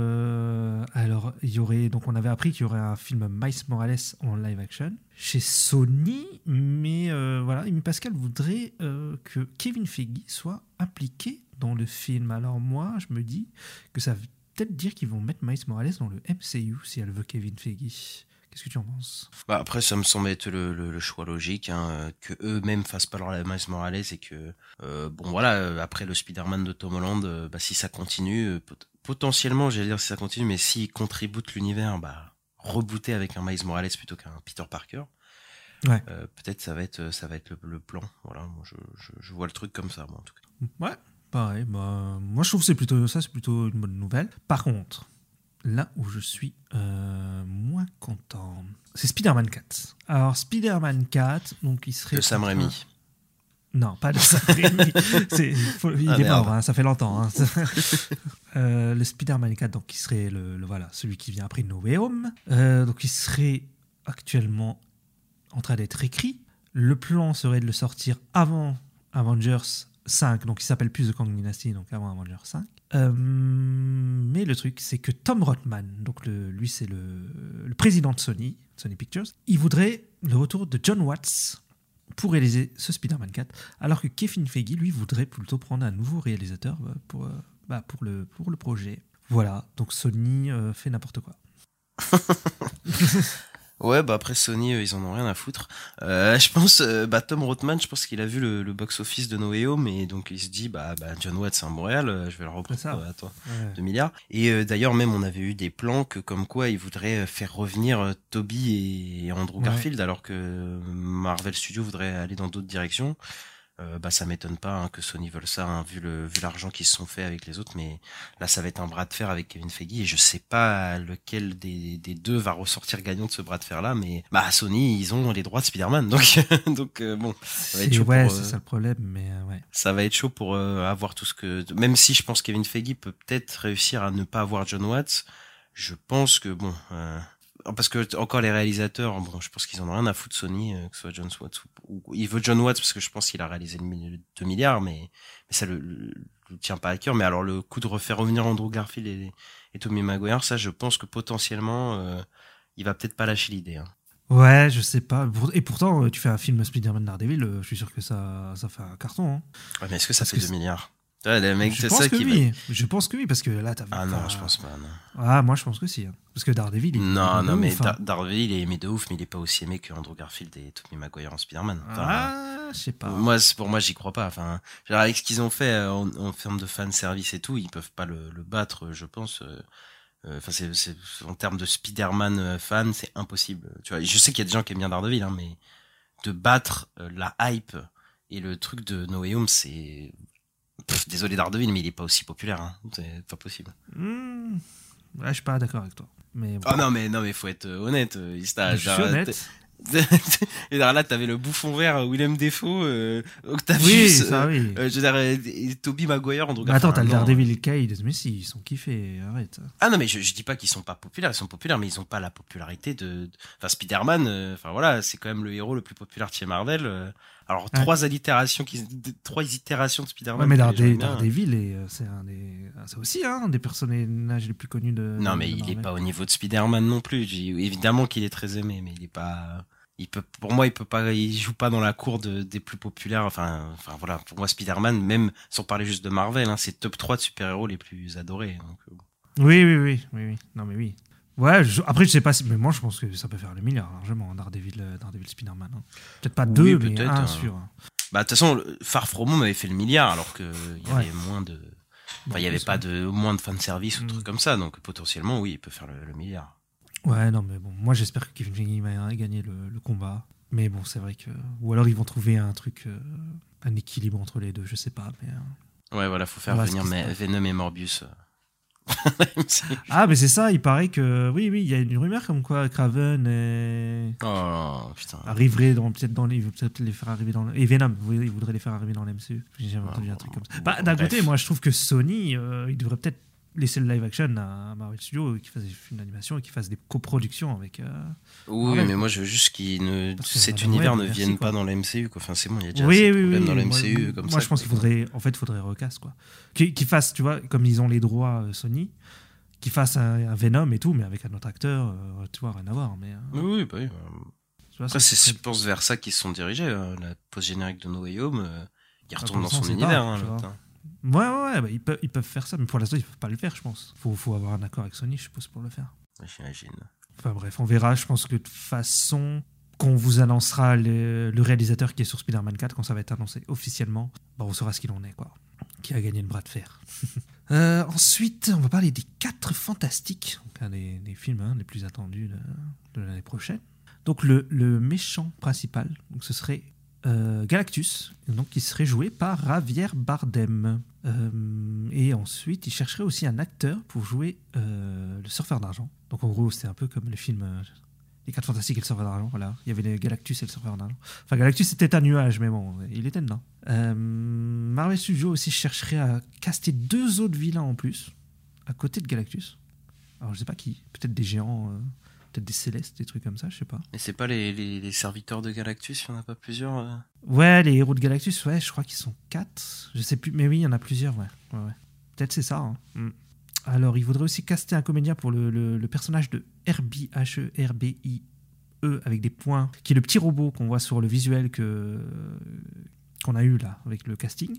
euh, alors il y aurait, donc on avait appris qu'il y aurait un film Miles Morales en live action chez Sony, mais euh, voilà, Amy Pascal voudrait euh, que Kevin Feige soit impliqué dans le film. Alors moi, je me dis que ça veut peut-être dire qu'ils vont mettre Miles Morales dans le M C U si elle veut Kevin Feige. Qu'est-ce que tu en penses? Bah après, ça me semble être le, le, le choix logique, hein, euh, que eux-mêmes fassent pas leur Miles Morales, et que euh, bon voilà, euh, après le Spider-Man de Tom Holland, euh, bah si ça continue, euh, pot- potentiellement, j'allais dire si ça continue, mais s'ils contributent l'univers, bah rebooter avec un Miles Morales plutôt qu'un Peter Parker. Ouais. Euh, peut-être ça va être ça va être le, le plan. Voilà, moi je, je, je vois le truc comme ça, moi en tout cas. Ouais, pareil. Bah, moi, je trouve que c'est plutôt ça, c'est plutôt une bonne nouvelle. Par contre, là où je suis euh, moins content, c'est Spider-Man quatre. Alors, Spider-Man quatre, donc il serait... De Sam en train- Raimi. Non, pas de Sam Raimi. C'est- faut- il Ah, est merde. mort, hein, ça fait longtemps. Hein. Euh, le Spider-Man quatre, donc qui serait le, le voilà celui qui vient après No Way Home, euh, donc il serait actuellement en train d'être écrit. Le plan serait de le sortir avant Avengers cinq, donc il s'appelle plus The Kang Dynasty, donc avant Avengers cinq. Euh, mais le truc, c'est que Tom Rothman, donc le, lui c'est le, le président de Sony, Sony Pictures, il voudrait le retour de John Watts pour réaliser ce Spider-Man quatre, alors que Kevin Feige, lui, voudrait plutôt prendre un nouveau réalisateur pour, bah, pour, le, pour le projet. Voilà, donc Sony euh, fait n'importe quoi. Ouais, bah après Sony, euh, ils en ont rien à foutre. Euh, je pense, euh, bah Tom Rothman, je pense qu'il a vu le, le box-office de No Way Home et donc il se dit, bah, bah John Watts c'est un Montréal, euh, je vais le reprendre. C'est ça. Euh, attends, Ouais. deux milliards. Et euh, d'ailleurs même on avait eu des plans que comme quoi ils voudraient faire revenir euh, Tobey et Andrew Ouais. Garfield alors que Marvel Studios voudrait aller dans d'autres directions. Euh, bah ça m'étonne pas hein, que Sony veuille ça, hein, vu le vu l'argent qu'ils se sont fait avec les autres, mais là ça va être un bras de fer avec Kevin Feige et je sais pas lequel des, des deux va ressortir gagnant de ce bras de fer là, mais bah Sony ils ont les droits de Spider-Man donc donc euh, bon ça va être C'est, chaud ouais, pour, c'est euh, ça le problème, mais euh, ouais. ça va être chaud pour euh, avoir tout ce que, même si je pense que Kevin Feige peut peut-être réussir à ne pas avoir John Watts, je pense que bon euh, parce que encore les réalisateurs, bon, je pense qu'ils en ont rien à foutre Sony, euh, que ce soit John Watts ou, ou il veut John Watts parce que je pense qu'il a réalisé le deux milliards, mais, mais ça le, le, le tient pas à cœur. Mais alors le coup de refaire revenir Andrew Garfield et, et Tobey Maguire, ça je pense que potentiellement euh, il va peut-être pas lâcher l'idée. Hein. Ouais, je sais pas. Et pourtant, tu fais un film Spider-Man Daredevil, je suis sûr que ça, ça fait un carton. Hein. Ouais, mais est-ce que ça Parce fait que deux c'est... milliards? Ouais, les mecs, je c'est pense ça que qui oui. va... Je pense que oui, parce que là, t'as vu. Ah non, pas... je pense pas, non. Ah, moi, je pense que si. Hein. Parce que Daredevil, il Non, il est non, mais ouf, hein. Dar- Daredevil, il est aimé de ouf, mais il est pas aussi aimé que Andrew Garfield et Tobey Maguire en Spider-Man. Enfin, Ah, je sais pas. moi, c'est- pour moi, j'y crois pas. Enfin, genre, avec ce qu'ils ont fait euh, en, en termes de fan service et tout, ils peuvent pas le, le battre, je pense. euh, euh, Enfin, c'est, c'est en termes de Spider-Man euh, fan, c'est impossible. Tu vois, je sais qu'il y a des gens qui aiment bien Daredevil, hein, mais de battre euh, la hype et le truc de No Way Home, c'est Pff, désolé Daredevil, mais il est pas aussi populaire. Hein. C'est pas possible. Mmh. Ouais, je suis pas d'accord avec toi. Mais bon. Ah non, mais non, mais faut être honnête. euh, il je suis honnête. Et alors là, t'avais le bouffon vert, Willem Dafoe, euh, Octavius, Oui, euh, ça oui. euh, je veux dire, euh, et Tobey Maguire, Andrew Mais Garfield. attends, t'as le non. Daredevil et Cade, mais si, ils sont kiffés, arrête. Ah non, mais je, je dis pas qu'ils sont pas populaires, ils sont populaires, mais ils ont pas la popularité de, de... enfin, Spider-Man, euh, enfin voilà, c'est quand même le héros le plus populaire de chez Marvel. euh, Alors, Ouais. trois allitérations qui, d- trois itérations de Spider-Man. Ouais, mais que les gens Darede- aiment bien. Daredevil, est, euh, c'est un des, ah, c'est aussi hein, un des personnages les plus connus de. Non, de mais il Marvel. est pas au niveau de Spider-Man non plus. J'ai- Évidemment qu'il est très aimé, mais il est pas. Il peut, pour moi, il peut pas, il joue pas dans la cour de, des plus populaires. Enfin, enfin voilà. Pour moi, Spider-Man, même sans parler juste de Marvel, hein, c'est top trois de super-héros les plus adorés. Donc, euh, Oui, oui, oui, oui, oui. Non, mais oui. Ouais, je- après, je sais pas si. Mais moi, je pense que ça peut faire le milliard, largement, hein, Daredevil, euh, Daredevil Spider-Man. Hein. Peut-être pas Oui, deux, mais peut-être, un hein. sûr. hein. Bah, de toute façon, le- Far From Home avait fait le milliard, alors que il y Ouais. avait moins de, enfin, il y Bon, avait c'est pas ça. de, moins de fanservice ou Mm. trucs comme ça. Donc, potentiellement, oui, il peut faire le, le milliard. Ouais, non, mais bon, moi, j'espère que Kevin Feige va gagner le, le combat. Mais bon, c'est vrai que. Ou alors, ils vont trouver un truc, euh, un équilibre entre les deux, je sais pas. Mais, euh. Ouais, voilà, faut faire Voilà ce venir qui se mais- passe. Venom et Morbius. euh. Ah, mais c'est ça, il paraît que. Oui, oui, il y a une rumeur comme quoi Kraven est... Oh putain. arriverait dans, peut-être dans les. Il veut peut-être les faire arriver dans le. Et Venom, oui, il voudrait les faire arriver dans l'M C U. J'ai jamais entendu un truc comme ça. Bah, d'un Bref. côté, moi, je trouve que Sony, euh, il devrait peut-être laisser le live action à Marvel Studios, qui fasse des films d'animation et qui fasse des coproductions avec. euh, Oui, Ouais. mais moi je veux juste qu'il ne, Parce que cet Madame univers Web, ne merci, vienne quoi. pas dans la M C U quoi. Enfin c'est bon, il y a déjà Oui, assez de oui, problèmes oui. dans la Moi, M C U comme moi, ça. je pense qu'il faudrait, en fait, il faudrait recast quoi. Qu'ils qu'ils fassent, tu vois, comme ils ont les droits euh, Sony, qu'ils fassent un, un Venom et tout, mais avec un autre acteur, euh, tu vois, rien à voir. Mais euh, Oui, oui, bah oui. tu vois, Après ça, c'est c'est- je pense vers ça qu'ils se sont dirigés. hein. La post générique de No Way Home, euh, il retourne pour dans l'instant, son c'est univers. pas, hein, tu l'autre, vois. hein. Ouais, ouais, ouais, bah, ils, peuvent, ils peuvent faire ça, mais pour l'instant, ils peuvent pas le faire, je pense. Faut, faut avoir un accord avec Sony, je suppose, pour le faire. Ouais, J'imagine. Enfin bref, on verra. Je pense que de toute façon, qu'on vous annoncera le, le réalisateur qui est sur Spider-Man quatre, quand ça va être annoncé officiellement, bah, on saura ce qu'il en est, quoi. Qui a gagné le bras de fer. Euh, ensuite, on va parler des quatre Fantastiques, donc un des, des films hein, les plus attendus de, de l'année prochaine. Donc le, le méchant principal, donc ce serait euh, Galactus, donc qui serait joué par Javier Bardem. Euh, et ensuite, il chercherait aussi un acteur pour jouer euh, le surfeur d'argent. Donc en gros, c'est un peu comme les films euh, Les quatre Fantastiques et le surfeur d'argent. Voilà, il y avait les Galactus et le surfeur d'argent. Enfin, Galactus c'était un nuage, mais bon, il était dedans. Euh, Marvel Studios aussi chercherait à caster deux autres vilains en plus. à côté de Galactus. Alors je sais pas qui, peut-être des géants, euh, peut-être des célestes, des trucs comme ça, je sais pas. Mais c'est pas les, les, les serviteurs de Galactus, il y en a pas plusieurs euh... Ouais, les héros de Galactus, ouais, je crois qu'ils sont quatre. Je sais plus, mais oui, il y en a plusieurs, ouais. ouais, ouais. Peut-être c'est ça. Hein. Mm. Alors, il voudrait aussi caster un comédien pour le, le, le personnage de R B H E R B I E avec des points, qui est le petit robot qu'on voit sur le visuel que, qu'on a eu là avec le casting.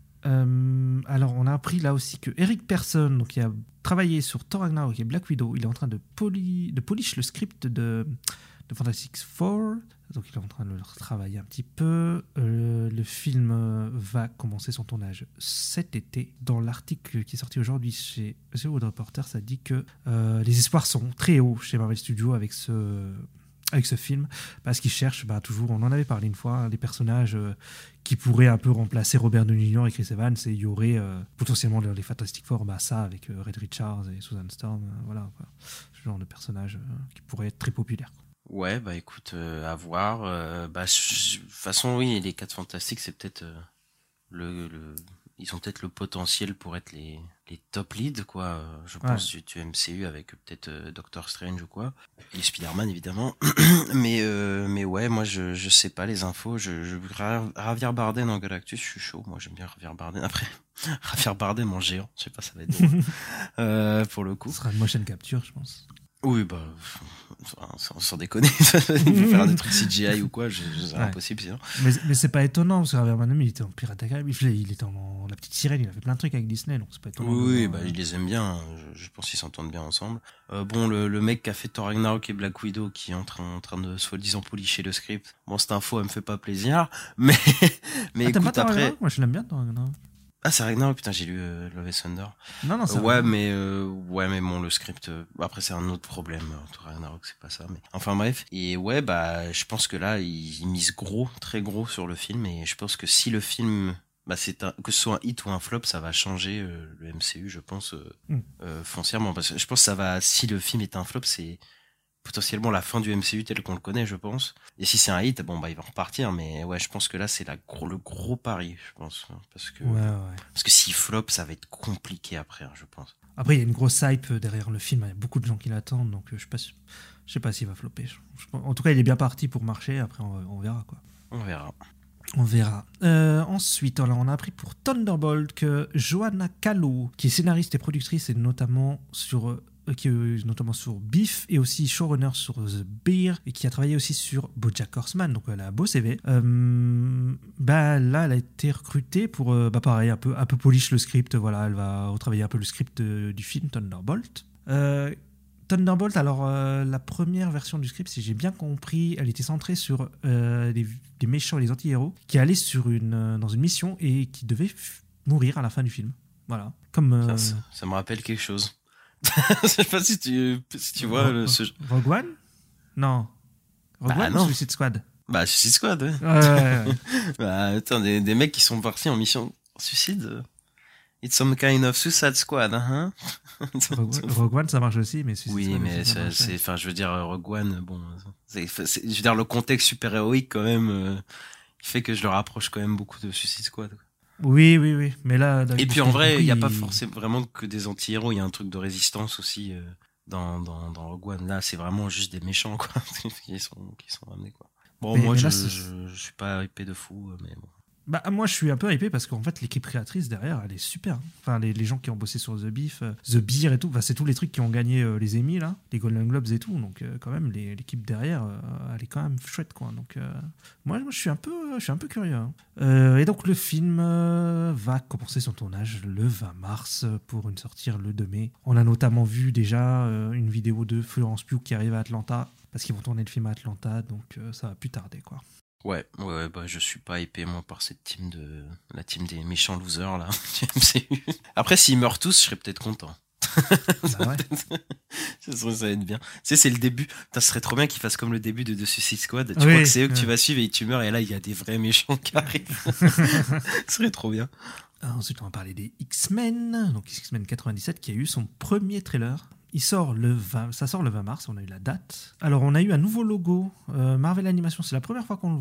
Euh, alors, on a appris là aussi que Eric Persson, donc, qui a travaillé sur Thor Ragnarok et Black Widow, il est en train de, poli, de polish le script de, de Fantastic Four. Donc, il est en train de le retravailler un petit peu. Euh, le film va commencer son tournage cet été. Dans l'article qui est sorti aujourd'hui chez The Hollywood Reporter, ça dit que euh, les espoirs sont très hauts chez Marvel Studios avec ce, avec ce film, parce qu'ils cherchent bah, toujours, on en avait parlé une fois, hein, des personnages euh, qui pourraient un peu remplacer Robert Downey junior et Chris Evans, et il y aurait euh, potentiellement les Fantastic Four, bah, ça avec euh, Reed Richards et Susan Storm, euh, voilà, quoi. Ce genre de personnages euh, qui pourraient être très populaires. Ouais, bah écoute, euh, à voir. Euh, bah, de toute façon, oui, les quatre Fantastiques, c'est peut-être euh, le, le, ils ont peut-être le potentiel pour être les, les top leads, quoi. Euh, je pense ouais. du, du M C U avec peut-être euh, Doctor Strange ou quoi, et Spider-Man évidemment. mais euh, mais ouais, moi je je sais pas les infos. Je, je Javier Bardem en Galactus, je suis chaud. Moi j'aime bien Javier Bardem. Après Javier Bardem en géant, je sais pas, ça va être drôle. euh, pour le coup. Ce sera une motion capture, je pense. Oui, bah, sans, sans déconner, il faut faire des trucs C G I ou quoi, je, je, c'est ouais. impossible sinon. Mais, mais c'est pas étonnant, parce que Javier Bardem, il était en Pirate des Caraïbes, il était en La Petite Sirène, il a fait plein de trucs avec Disney, donc c'est pas étonnant. Oui, de... bah, il les aime bien, je, je pense qu'ils s'entendent bien ensemble. Euh, bon, le, le mec qui a fait Thor Ragnarok et Black Widow, qui est en train, en train de soi-disant policher le script, bon, cette info, elle me fait pas plaisir, mais, mais ah, écoute, pas après. Moi, je l'aime bien, Thor Ragnarok. Ah, c'est Ragnarok, putain, j'ai lu euh, Love and Thunder. Non, non, c'est euh, ouais, mais euh, ouais, mais bon, le script. Euh, après, c'est un autre problème. Euh, Ragnarok, c'est pas ça. Mais enfin bref. Et ouais, bah, je pense que là, ils, ils misent gros, très gros sur le film. Et je pense que si le film, bah, c'est un, que ce soit un hit ou un flop, ça va changer euh, le M C U, je pense, euh, mm. euh, foncièrement. Parce que je pense que ça va. Si le film est un flop, c'est potentiellement la fin du M C U tel qu'on le connaît, je pense. Et si c'est un hit, bon bah il va repartir, mais ouais, je pense que là c'est la gros, le gros pari, je pense, parce que ouais, ouais. parce que s'il flop, ça va être compliqué après, hein, je pense. Après, il y a une grosse hype derrière le film, il y a beaucoup de gens qui l'attendent, donc je sais pas, je sais pas s'il va flopper. Je, je, en tout cas, il est bien parti pour marcher. Après, on, on verra quoi. On verra. On verra. Euh, ensuite, alors, on a appris pour Thunderbolt que Joanna Callow, qui est scénariste et productrice, et notamment sur euh, qui est notamment sur Beef et aussi showrunner sur The Bear et qui a travaillé aussi sur BoJack Horseman, donc elle a un beau C V. Euh, bah là, elle a été recrutée pour, euh, bah pareil, un peu, un peu polish le script. Voilà, elle va retravailler un peu le script de, du film Thunderbolt. Euh, Thunderbolt, alors euh, la première version du script, si j'ai bien compris, elle était centrée sur euh, les, les méchants et les anti-héros qui allaient sur une, euh, dans une mission et qui devaient f- mourir à la fin du film. Voilà. Comme, euh... ça, ça me rappelle quelque chose. Je sais pas si tu, si tu vois Rogue, le, ce... Rogue One. Non. Rogue bah One non. ou Suicide Squad. Bah Suicide Squad, ouais. Ouais, ouais, ouais. bah attends, des, des mecs qui sont partis en mission suicide. It's some kind of Suicide Squad, hein. Rogue, Rogue One, ça marche aussi, mais Suicide oui, Squad, mais ça c'est, marche, c'est, enfin, je veux dire, Rogue One, bon, c'est, c'est, je veux dire, le contexte super héroïque quand même, euh, il fait que je le rapproche quand même beaucoup de Suicide Squad. Quoi. Oui, oui, oui. Mais là, et puis en vrai, il n'y a pas forcément vraiment que des anti-héros, il y a un truc de résistance aussi euh, dans, dans, dans Rogue One. Là, c'est vraiment juste des méchants, quoi, qui sont, qui sont ramenés, quoi. Bon, mais, moi, mais là, je, je, je suis pas hypé de fou, mais bon. Bah, moi, je suis un peu hypé parce qu'en fait, l'équipe créatrice derrière, elle est super. Enfin, les, les gens qui ont bossé sur The Beef, euh, The Beer et tout, enfin, c'est tous les trucs qui ont gagné euh, les Emmy, là, les Golden Globes et tout. Donc, euh, quand même, les, l'équipe derrière, euh, elle est quand même chouette, quoi. Donc, euh, moi, moi, je suis un peu, je suis un peu curieux. Hein. Euh, et donc, le film euh, va commencer son tournage le vingt mars pour une sortie le deux mai. On a notamment vu déjà euh, une vidéo de Florence Pugh qui arrive à Atlanta parce qu'ils vont tourner le film à Atlanta, donc euh, ça va plus tarder, quoi. Ouais, ouais, bah je suis pas hypé moi par cette team de la team des méchants losers là du M C U. Après s'ils meurent tous, je serais peut-être content. Bah ouais. ça, ça va être bien. Tu sais, c'est le début. Putain, ce serait trop bien qu'ils fassent comme le début de The Suicide Squad. Tu oui, crois que c'est eux ouais. que tu vas suivre et tu meurs et là il y a des vrais méchants qui arrivent. Ce serait trop bien. Alors, ensuite, on va parler des X-Men. Donc X-Men quatre-vingt-dix-sept qui a eu son premier trailer. Il sort le vingt, ça sort le vingt mars, on a eu la date. Alors on a eu un nouveau logo, euh, Marvel Animation, c'est la première fois qu'on le voit.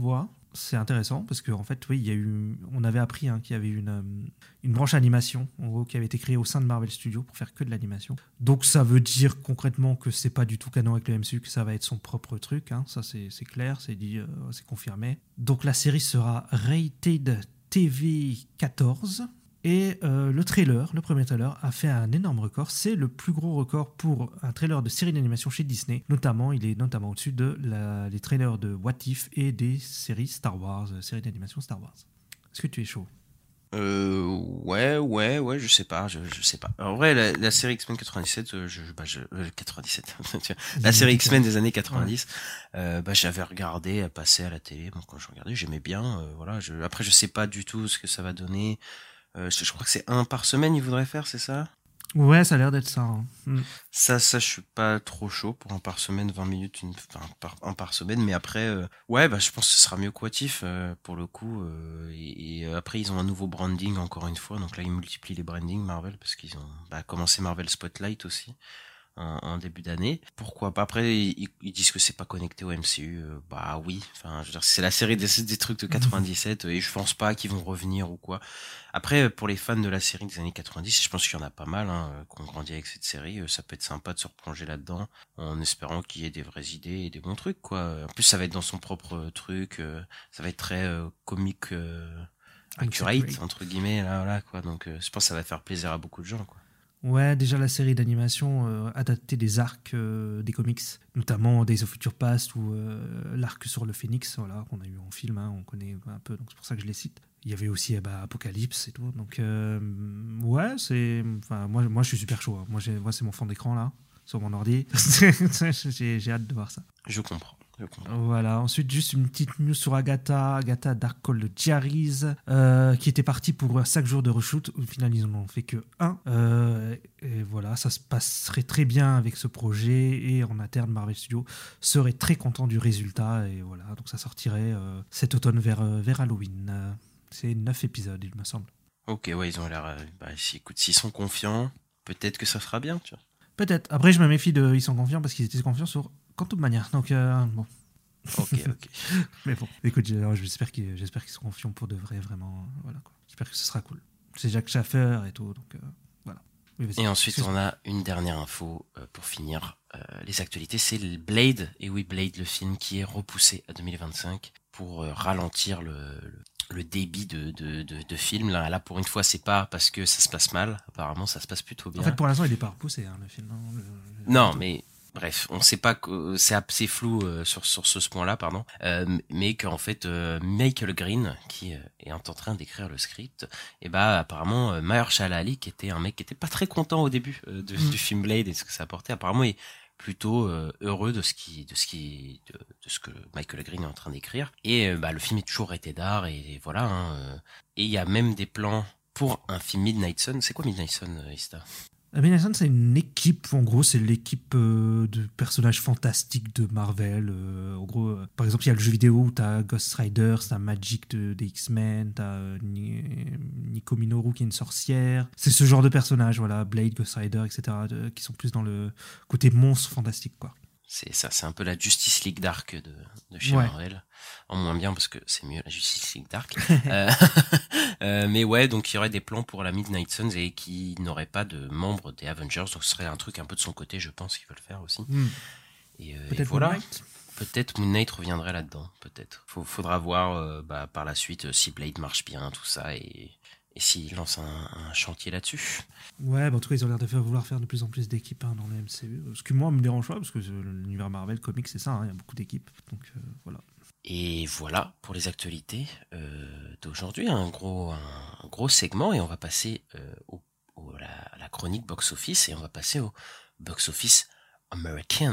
c'est intéressant parce qu'en en fait, oui, il y a eu, on avait appris hein, qu'il y avait une, euh, une branche animation en gros, qui avait été créée au sein de Marvel Studios pour faire que de l'animation. Donc ça veut dire concrètement que c'est pas du tout canon avec le M C U, que ça va être son propre truc. Hein. Ça, c'est, c'est clair, c'est dit, euh, c'est confirmé. Donc la série sera rated T V quatorze. Et euh, le trailer, le premier trailer, a fait un énorme record. C'est le plus gros record pour un trailer de série d'animation chez Disney. Notamment, il est notamment au-dessus de la, les trailers de What If et des séries Star Wars, euh, séries d'animation Star Wars. Est-ce que tu es chaud ? Euh, ouais, ouais, ouais, je sais pas, je, je sais pas. En vrai, la, la série X-Men quatre-vingt-dix-sept, euh, je, bah, je, euh, quatre-vingt-dix-sept, la série X-Men des années quatre-vingt-dix, ouais. euh, bah, j'avais regardé, elle passait à la télé, bon, quand je regardais, j'aimais bien, euh, voilà, je, après, je sais pas du tout ce que ça va donner. Euh, je, je crois que c'est un par semaine, il voudrait faire, c'est ça ? Ouais, ça a l'air d'être ça. Hein. Mm. Ça, ça, je suis pas trop chaud pour un par semaine, vingt minutes, une, enfin, par, un par semaine, mais après, euh, ouais, bah, je pense que ce sera mieux que What If, euh, pour le coup, euh, et, et après, ils ont un nouveau branding, encore une fois, donc là, ils multiplient les brandings Marvel, parce qu'ils ont, bah, commencé Marvel Spotlight aussi. En, en début d'année. Pourquoi pas ? Après, ils, ils disent que c'est pas connecté au M C U. Euh, bah oui. Enfin, je veux dire, c'est la série des, des trucs de quatre-vingt-dix-sept et je pense pas qu'ils vont revenir ou quoi. Après, pour les fans de la série des années quatre-vingt-dix, je pense qu'il y en a pas mal hein, qui ont grandi avec cette série. Ça peut être sympa de se replonger là-dedans en espérant qu'il y ait des vraies idées et des bons trucs, quoi. En plus, ça va être dans son propre truc. Euh, ça va être très euh, comique, euh, accurate entre guillemets là, là, quoi. Donc, euh, je pense que ça va faire plaisir à beaucoup de gens, quoi. Ouais, déjà la série d'animation euh, adaptée des arcs euh, des comics, notamment Days of Future Past ou euh, l'arc sur le Phénix, voilà, qu'on a eu en film, hein, on connaît un peu, donc c'est pour ça que je les cite. Il y avait aussi eh bah, Apocalypse et tout, donc euh, ouais, c'est, enfin moi, moi je suis super chaud, hein. moi, j'ai, moi c'est mon fond d'écran là, sur mon ordi, j'ai, j'ai hâte de voir ça. Je comprends. Voilà, ensuite juste une petite news sur Agatha, Agatha Darkhold Diaries, euh, qui était parti pour cinq jours de reshoot, au final ils n'en ont fait que un, euh, et voilà, ça se passerait très bien avec ce projet, et en interne Marvel Studios serait très content du résultat, et voilà, donc ça sortirait euh, cet automne vers, vers Halloween, c'est neuf épisodes il me semble. Ok, ouais, ils ont l'air, euh, bah, si, écoute, s'ils sont confiants, peut-être que ça fera bien, tu vois. Peut-être, après je me méfie de ils sont confiants, parce qu'ils étaient confiants sur Quantum Mania, donc euh, bon. Ok, ok. Mais bon, écoute, j'espère qu'ils, j'espère qu'ils seront confiants pour de vrai, vraiment. Voilà, quoi. J'espère que ce sera cool. C'est Jack Schaffer et tout, donc euh, voilà. Oui, et ensuite, on a une dernière info euh, pour finir euh, les actualités. C'est le Blade, et oui, Blade, le film qui est repoussé à deux mille vingt-cinq pour euh, ralentir le, le, le débit de, de, de, de film. Là, là, pour une fois, c'est pas parce que ça se passe mal. Apparemment, ça se passe plutôt bien. En fait, pour l'instant, il n'est pas repoussé, hein, le film. Hein, le, le, non, le mais... Bref, on sait pas que c'est assez flou euh, sur sur ce point-là, pardon, euh, mais qu'en fait euh, Michael Green, qui euh, est en train d'écrire le script, et bah apparemment euh, Mahershala Ali, qui était un mec qui était pas très content au début euh, de, mm. du film Blade et de ce que ça apportait, apparemment il est plutôt euh, heureux de ce qui de ce qui de, de ce que Michael Green est en train d'écrire, et euh, bah le film est toujours été d'art, et, et voilà, hein, euh, et il y a même des plans pour un film Midnight Sun. C'est quoi Midnight Sun, euh, Ista? Midnight Sun, c'est une équipe, en gros, c'est l'équipe euh, de personnages fantastiques de Marvel. Euh, en gros, euh, par exemple, il y a le jeu vidéo où t'as Ghost Rider, t'as Magic de, des X-Men, t'as euh, Nico Minoru qui est une sorcière. C'est ce genre de personnages, voilà, Blade, Ghost Rider, et cetera, de, qui sont plus dans le côté monstre fantastique, quoi. C'est ça, c'est un peu la Justice League Dark de, de chez ouais. Marvel. En moins bien parce que c'est mieux la Justice League Dark. euh, euh, mais ouais, donc il y aurait des plans pour la Midnight Suns et qui n'aurait pas de membres des Avengers. Donc ce serait un truc un peu de son côté, je pense qu'ils veulent faire aussi. Mm. Et, euh, peut-être et voilà. Moon Knight. Peut-être Moon Knight reviendrait là-dedans, peut-être. Faut, faudra voir euh, bah, par la suite euh, si Blade marche bien, tout ça, et, et s'il lance un, un chantier là-dessus. Ouais, bah en tout cas, ils ont l'air de faire, vouloir faire de plus en plus d'équipes hein, dans le M C U. Ce qui, moi, me dérange pas, parce que l'univers Marvel, comics, c'est ça, hein, il y a beaucoup d'équipes. Donc, euh, voilà. Et voilà pour les actualités euh, d'aujourd'hui. Un gros, un, un gros segment, et on va passer euh, au, au, la, à la chronique box-office, et on va passer au box-office American.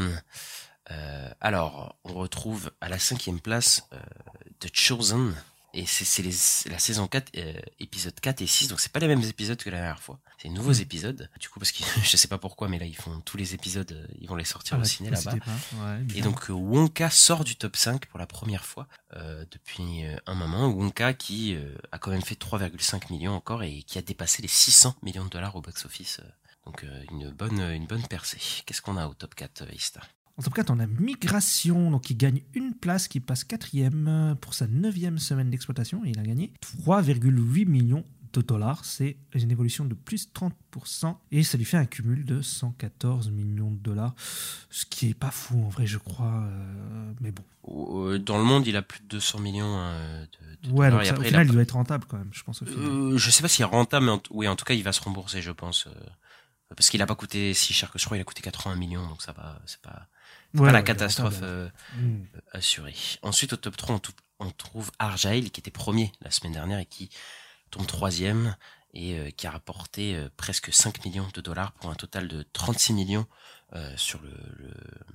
Euh, alors, on retrouve à la cinquième place euh, The Chosen. Et c'est, c'est les, la saison quatre, euh, épisode quatre et six, donc c'est pas les mêmes épisodes que la dernière fois. C'est de nouveaux mmh. épisodes. Du coup, parce que je sais pas pourquoi, mais là, ils font tous les épisodes, euh, ils vont les sortir ah, au ciné là-bas. Ouais, et donc, euh, Wonka sort du top cinq pour la première fois euh, depuis euh, un moment. Wonka qui euh, a quand même fait trois virgule cinq millions encore et qui a dépassé les six cents millions de dollars au box-office. Euh, donc, euh, une bonne une bonne percée. Qu'est-ce qu'on a au top quatre, euh, Ista? En top quatre, on a Migration, donc qui gagne une place, qui passe quatrième pour sa neuvième semaine d'exploitation. Et il a gagné trois virgule huit millions de dollars. C'est une évolution de plus trente pour cent. Et ça lui fait un cumul de cent quatorze millions de dollars. Ce qui est pas fou en vrai, je crois. Euh, mais bon. Dans le monde, il a plus de deux cents millions hein, de, de ouais, dollars. Donc et ça, après, au final, il, a... il doit être rentable quand même, je pense. Au final. Euh, je sais pas s'il est rentable, mais en, t- oui, en tout cas, il va se rembourser, je pense. Euh, parce qu'il a pas coûté si cher que je crois, il a coûté quatre-vingts millions, donc ça va, c'est pas, c'est Ouais, pas la ouais, catastrophe euh, mm. assurée. Ensuite, au top trois, on, t- on trouve Argyle, qui était premier la semaine dernière et qui tombe troisième et euh, qui a rapporté euh, presque cinq millions de dollars pour un total de trente-six millions euh, sur le, le,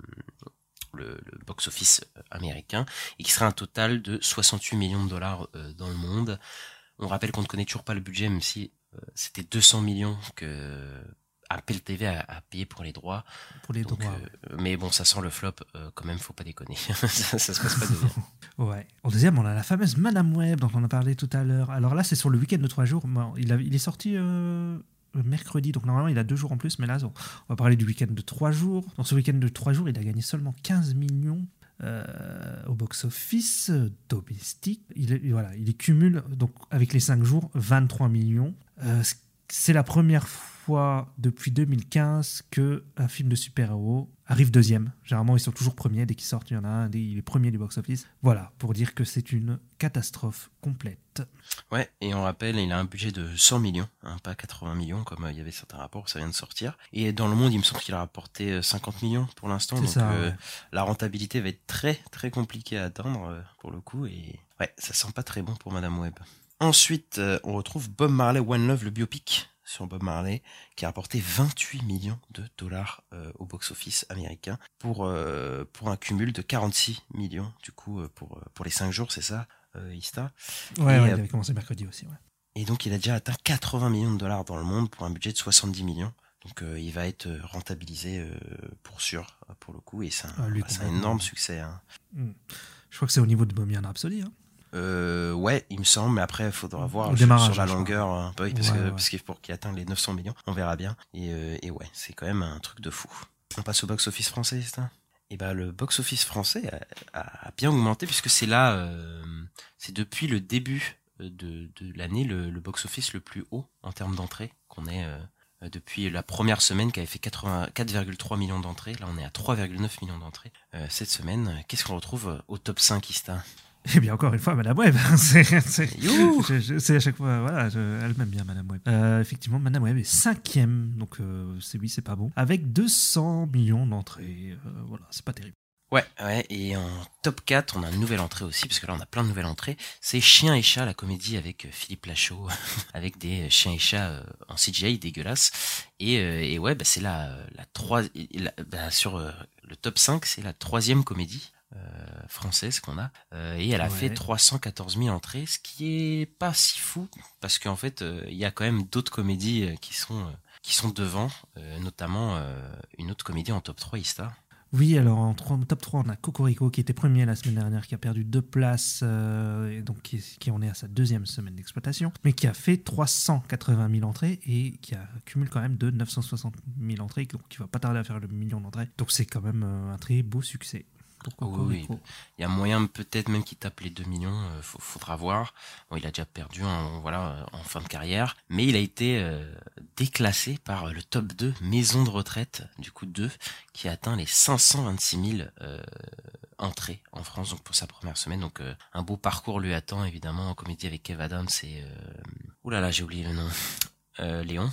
le, le box-office américain et qui sera un total de soixante-huit millions de dollars euh, dans le monde. On rappelle qu'on ne connaît toujours pas le budget, même si euh, c'était deux cents millions que Apple T V a, a payé pour les droits. Pour les Donc, droits. Euh, mais bon, ça sent le flop euh, quand même, faut pas déconner. ça, ça se passe pas de bien. Ouais. En deuxième, on a la fameuse Madame Web dont on a parlé tout à l'heure. Alors là, c'est sur le week-end de trois jours. Bon, il, a, il est sorti euh, mercredi, donc normalement, il a deux jours en plus. Mais là, on va parler du week-end de trois jours. Dans ce week-end de trois jours, il a gagné seulement quinze millions euh, au box-office euh, domestique. Il, est, voilà, il cumule, donc, avec les cinq jours, vingt-trois millions. Euh, c'est la première fois depuis deux mille quinze qu'un film de super-héros arrive deuxième. Généralement, ils sont toujours premiers. Dès qu'ils sortent, il y en a un, il est premier du box-office. Voilà, pour dire que c'est une catastrophe complète. Ouais, et on rappelle, il a un budget de cent millions, hein, pas quatre-vingts millions, comme euh, il y avait certains rapports, ça vient de sortir. Et dans le monde, il me semble qu'il a rapporté cinquante millions pour l'instant. C'est donc ça, euh, ouais. La rentabilité va être très, très compliquée à atteindre, euh, pour le coup. Et ouais, ça sent pas très bon pour Madame Web. Ensuite, euh, on retrouve Bob Marley One Love, le biopic sur Bob Marley, qui a rapporté vingt-huit millions de dollars euh, au box-office américain pour euh, pour un cumul de quarante-six millions du coup euh, pour pour les cinq jours, c'est ça, euh, Ista. Ouais, et, ouais, euh, il avait commencé mercredi aussi. Ouais. Et donc il a déjà atteint quatre-vingts millions de dollars dans le monde pour un budget de soixante-dix millions. Donc euh, il va être rentabilisé euh, pour sûr pour le coup et c'est un, Ah, lui, bah, c'est un énorme succès. Hein. Mm. Je crois que c'est au niveau de Bohemian Rhapsody. Hein. Euh, ouais, il me semble, mais après, il faudra voir Au sur, démarrage, sur la je longueur, hein, bah oui, parce Ouais, que ouais. parce qu'il pour qu'il atteigne les neuf cents millions, on verra bien. Et, euh, et ouais, c'est quand même un truc de fou. On passe au box-office français, c'est ça ? Et bah le box-office français a, a, a bien augmenté puisque c'est là, euh, c'est depuis le début de, de l'année le, le box-office le plus haut en termes d'entrées qu'on est. Euh, depuis la première semaine qui avait fait quatre virgule trois millions d'entrées. Là, on est à trois virgule neuf millions d'entrées euh, cette semaine. Qu'est-ce qu'on retrouve au top cinq, Ista ? Eh bien, encore une fois, Madame Web. c'est, c'est, je, je, c'est à chaque fois, voilà, je, elle m'aime bien, Madame Web. Euh, effectivement, Madame Web est cinquième, donc euh, c'est oui, c'est pas bon. Avec deux cents millions d'entrées. Euh, voilà, c'est pas terrible. Ouais, ouais, et en top quatre, on a une nouvelle entrée aussi, parce que là, on a plein de nouvelles entrées. C'est Chien et Chat, la comédie avec Philippe Lachaud, avec des chiens et chats euh, en C G I dégueulasse. Et, euh, et ouais, bah, c'est la, la trois, la, bah, sur euh, le top cinq, c'est la troisième comédie euh, française qu'on a. Euh, et elle a Ouais. fait trois cent quatorze mille entrées, ce qui est pas si fou, parce qu'en fait, il euh, y a quand même d'autres comédies euh, qui sont, euh, qui sont devant, euh, notamment euh, une autre comédie en top trois, Ista. Oui, alors en trois- top trois, on a Cocorico qui était premier la semaine dernière, qui a perdu deux places, euh, et donc qui, qui en est à sa deuxième semaine d'exploitation, mais qui a fait trois cent quatre-vingt mille entrées et qui a cumule quand même de neuf cent soixante mille entrées, donc qui va pas tarder à faire le million d'entrées. Donc c'est quand même euh, un très beau succès pour Cocorico. Oui, il y a moyen peut-être même qu'il tape les deux millions, euh, faut- faudra voir. Bon, il a déjà perdu en, voilà, euh, en fin de carrière, mais il a été euh, déclassé par le top deux, Maison de retraite, du coup deux, qui a atteint les cinq cent vingt-six mille euh, entrées en France donc pour sa première semaine. Donc euh, un beau parcours lui attend évidemment en comédie avec Kev Adams et... Euh... Ouh là là, j'ai oublié le nom. Euh, Léon.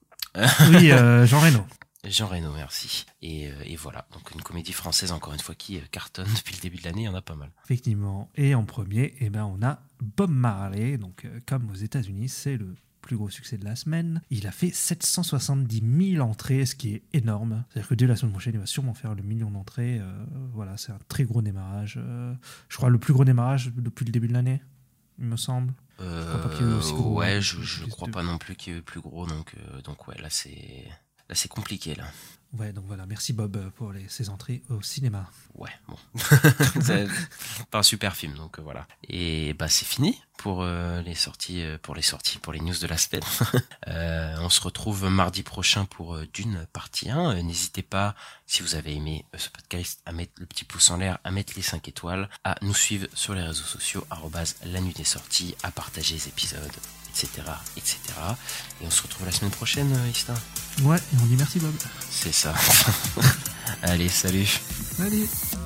Oui, euh, Jean Reno. Jean Reno, merci. Et, euh, et voilà, donc une comédie française encore une fois qui euh, cartonne depuis le début de l'année, il y en a pas mal. Effectivement. Et en premier, eh ben, on a Bob Marley. Donc, euh, comme aux États-Unis, c'est le plus gros succès de la semaine. Il a fait sept cent soixante-dix mille entrées, ce qui est énorme. C'est-à-dire que dès la semaine prochaine, il va sûrement faire le million d'entrées. Euh, voilà, c'est un très gros démarrage. Euh, je crois le plus gros démarrage depuis le début de l'année, il me semble. Euh, crois pas qu'il y ait eu aussi gros, ouais, hein, je, je plus crois de- pas non plus qu'il y ait eu plus gros, donc, euh, donc ouais, là c'est, là c'est compliqué là. Ouais, donc voilà, merci Bob pour les, ces entrées au cinéma. Ouais, bon. C'est pas un super film, donc euh, voilà. Et bah c'est fini pour euh, les sorties, euh, pour les sorties, pour les news de la semaine. euh, on se retrouve mardi prochain pour euh, Dune partie un. Euh, n'hésitez pas, si vous avez aimé euh, ce podcast, à mettre le petit pouce en l'air, à mettre les cinq étoiles, à nous suivre sur les réseaux sociaux, arrobase la nuit des sorties, à partager les épisodes, et cetera, et cetera. Et on se retrouve la semaine prochaine, euh, Ista. Ouais, et on dit merci Bob. C'est ça. Allez, salut. Allez.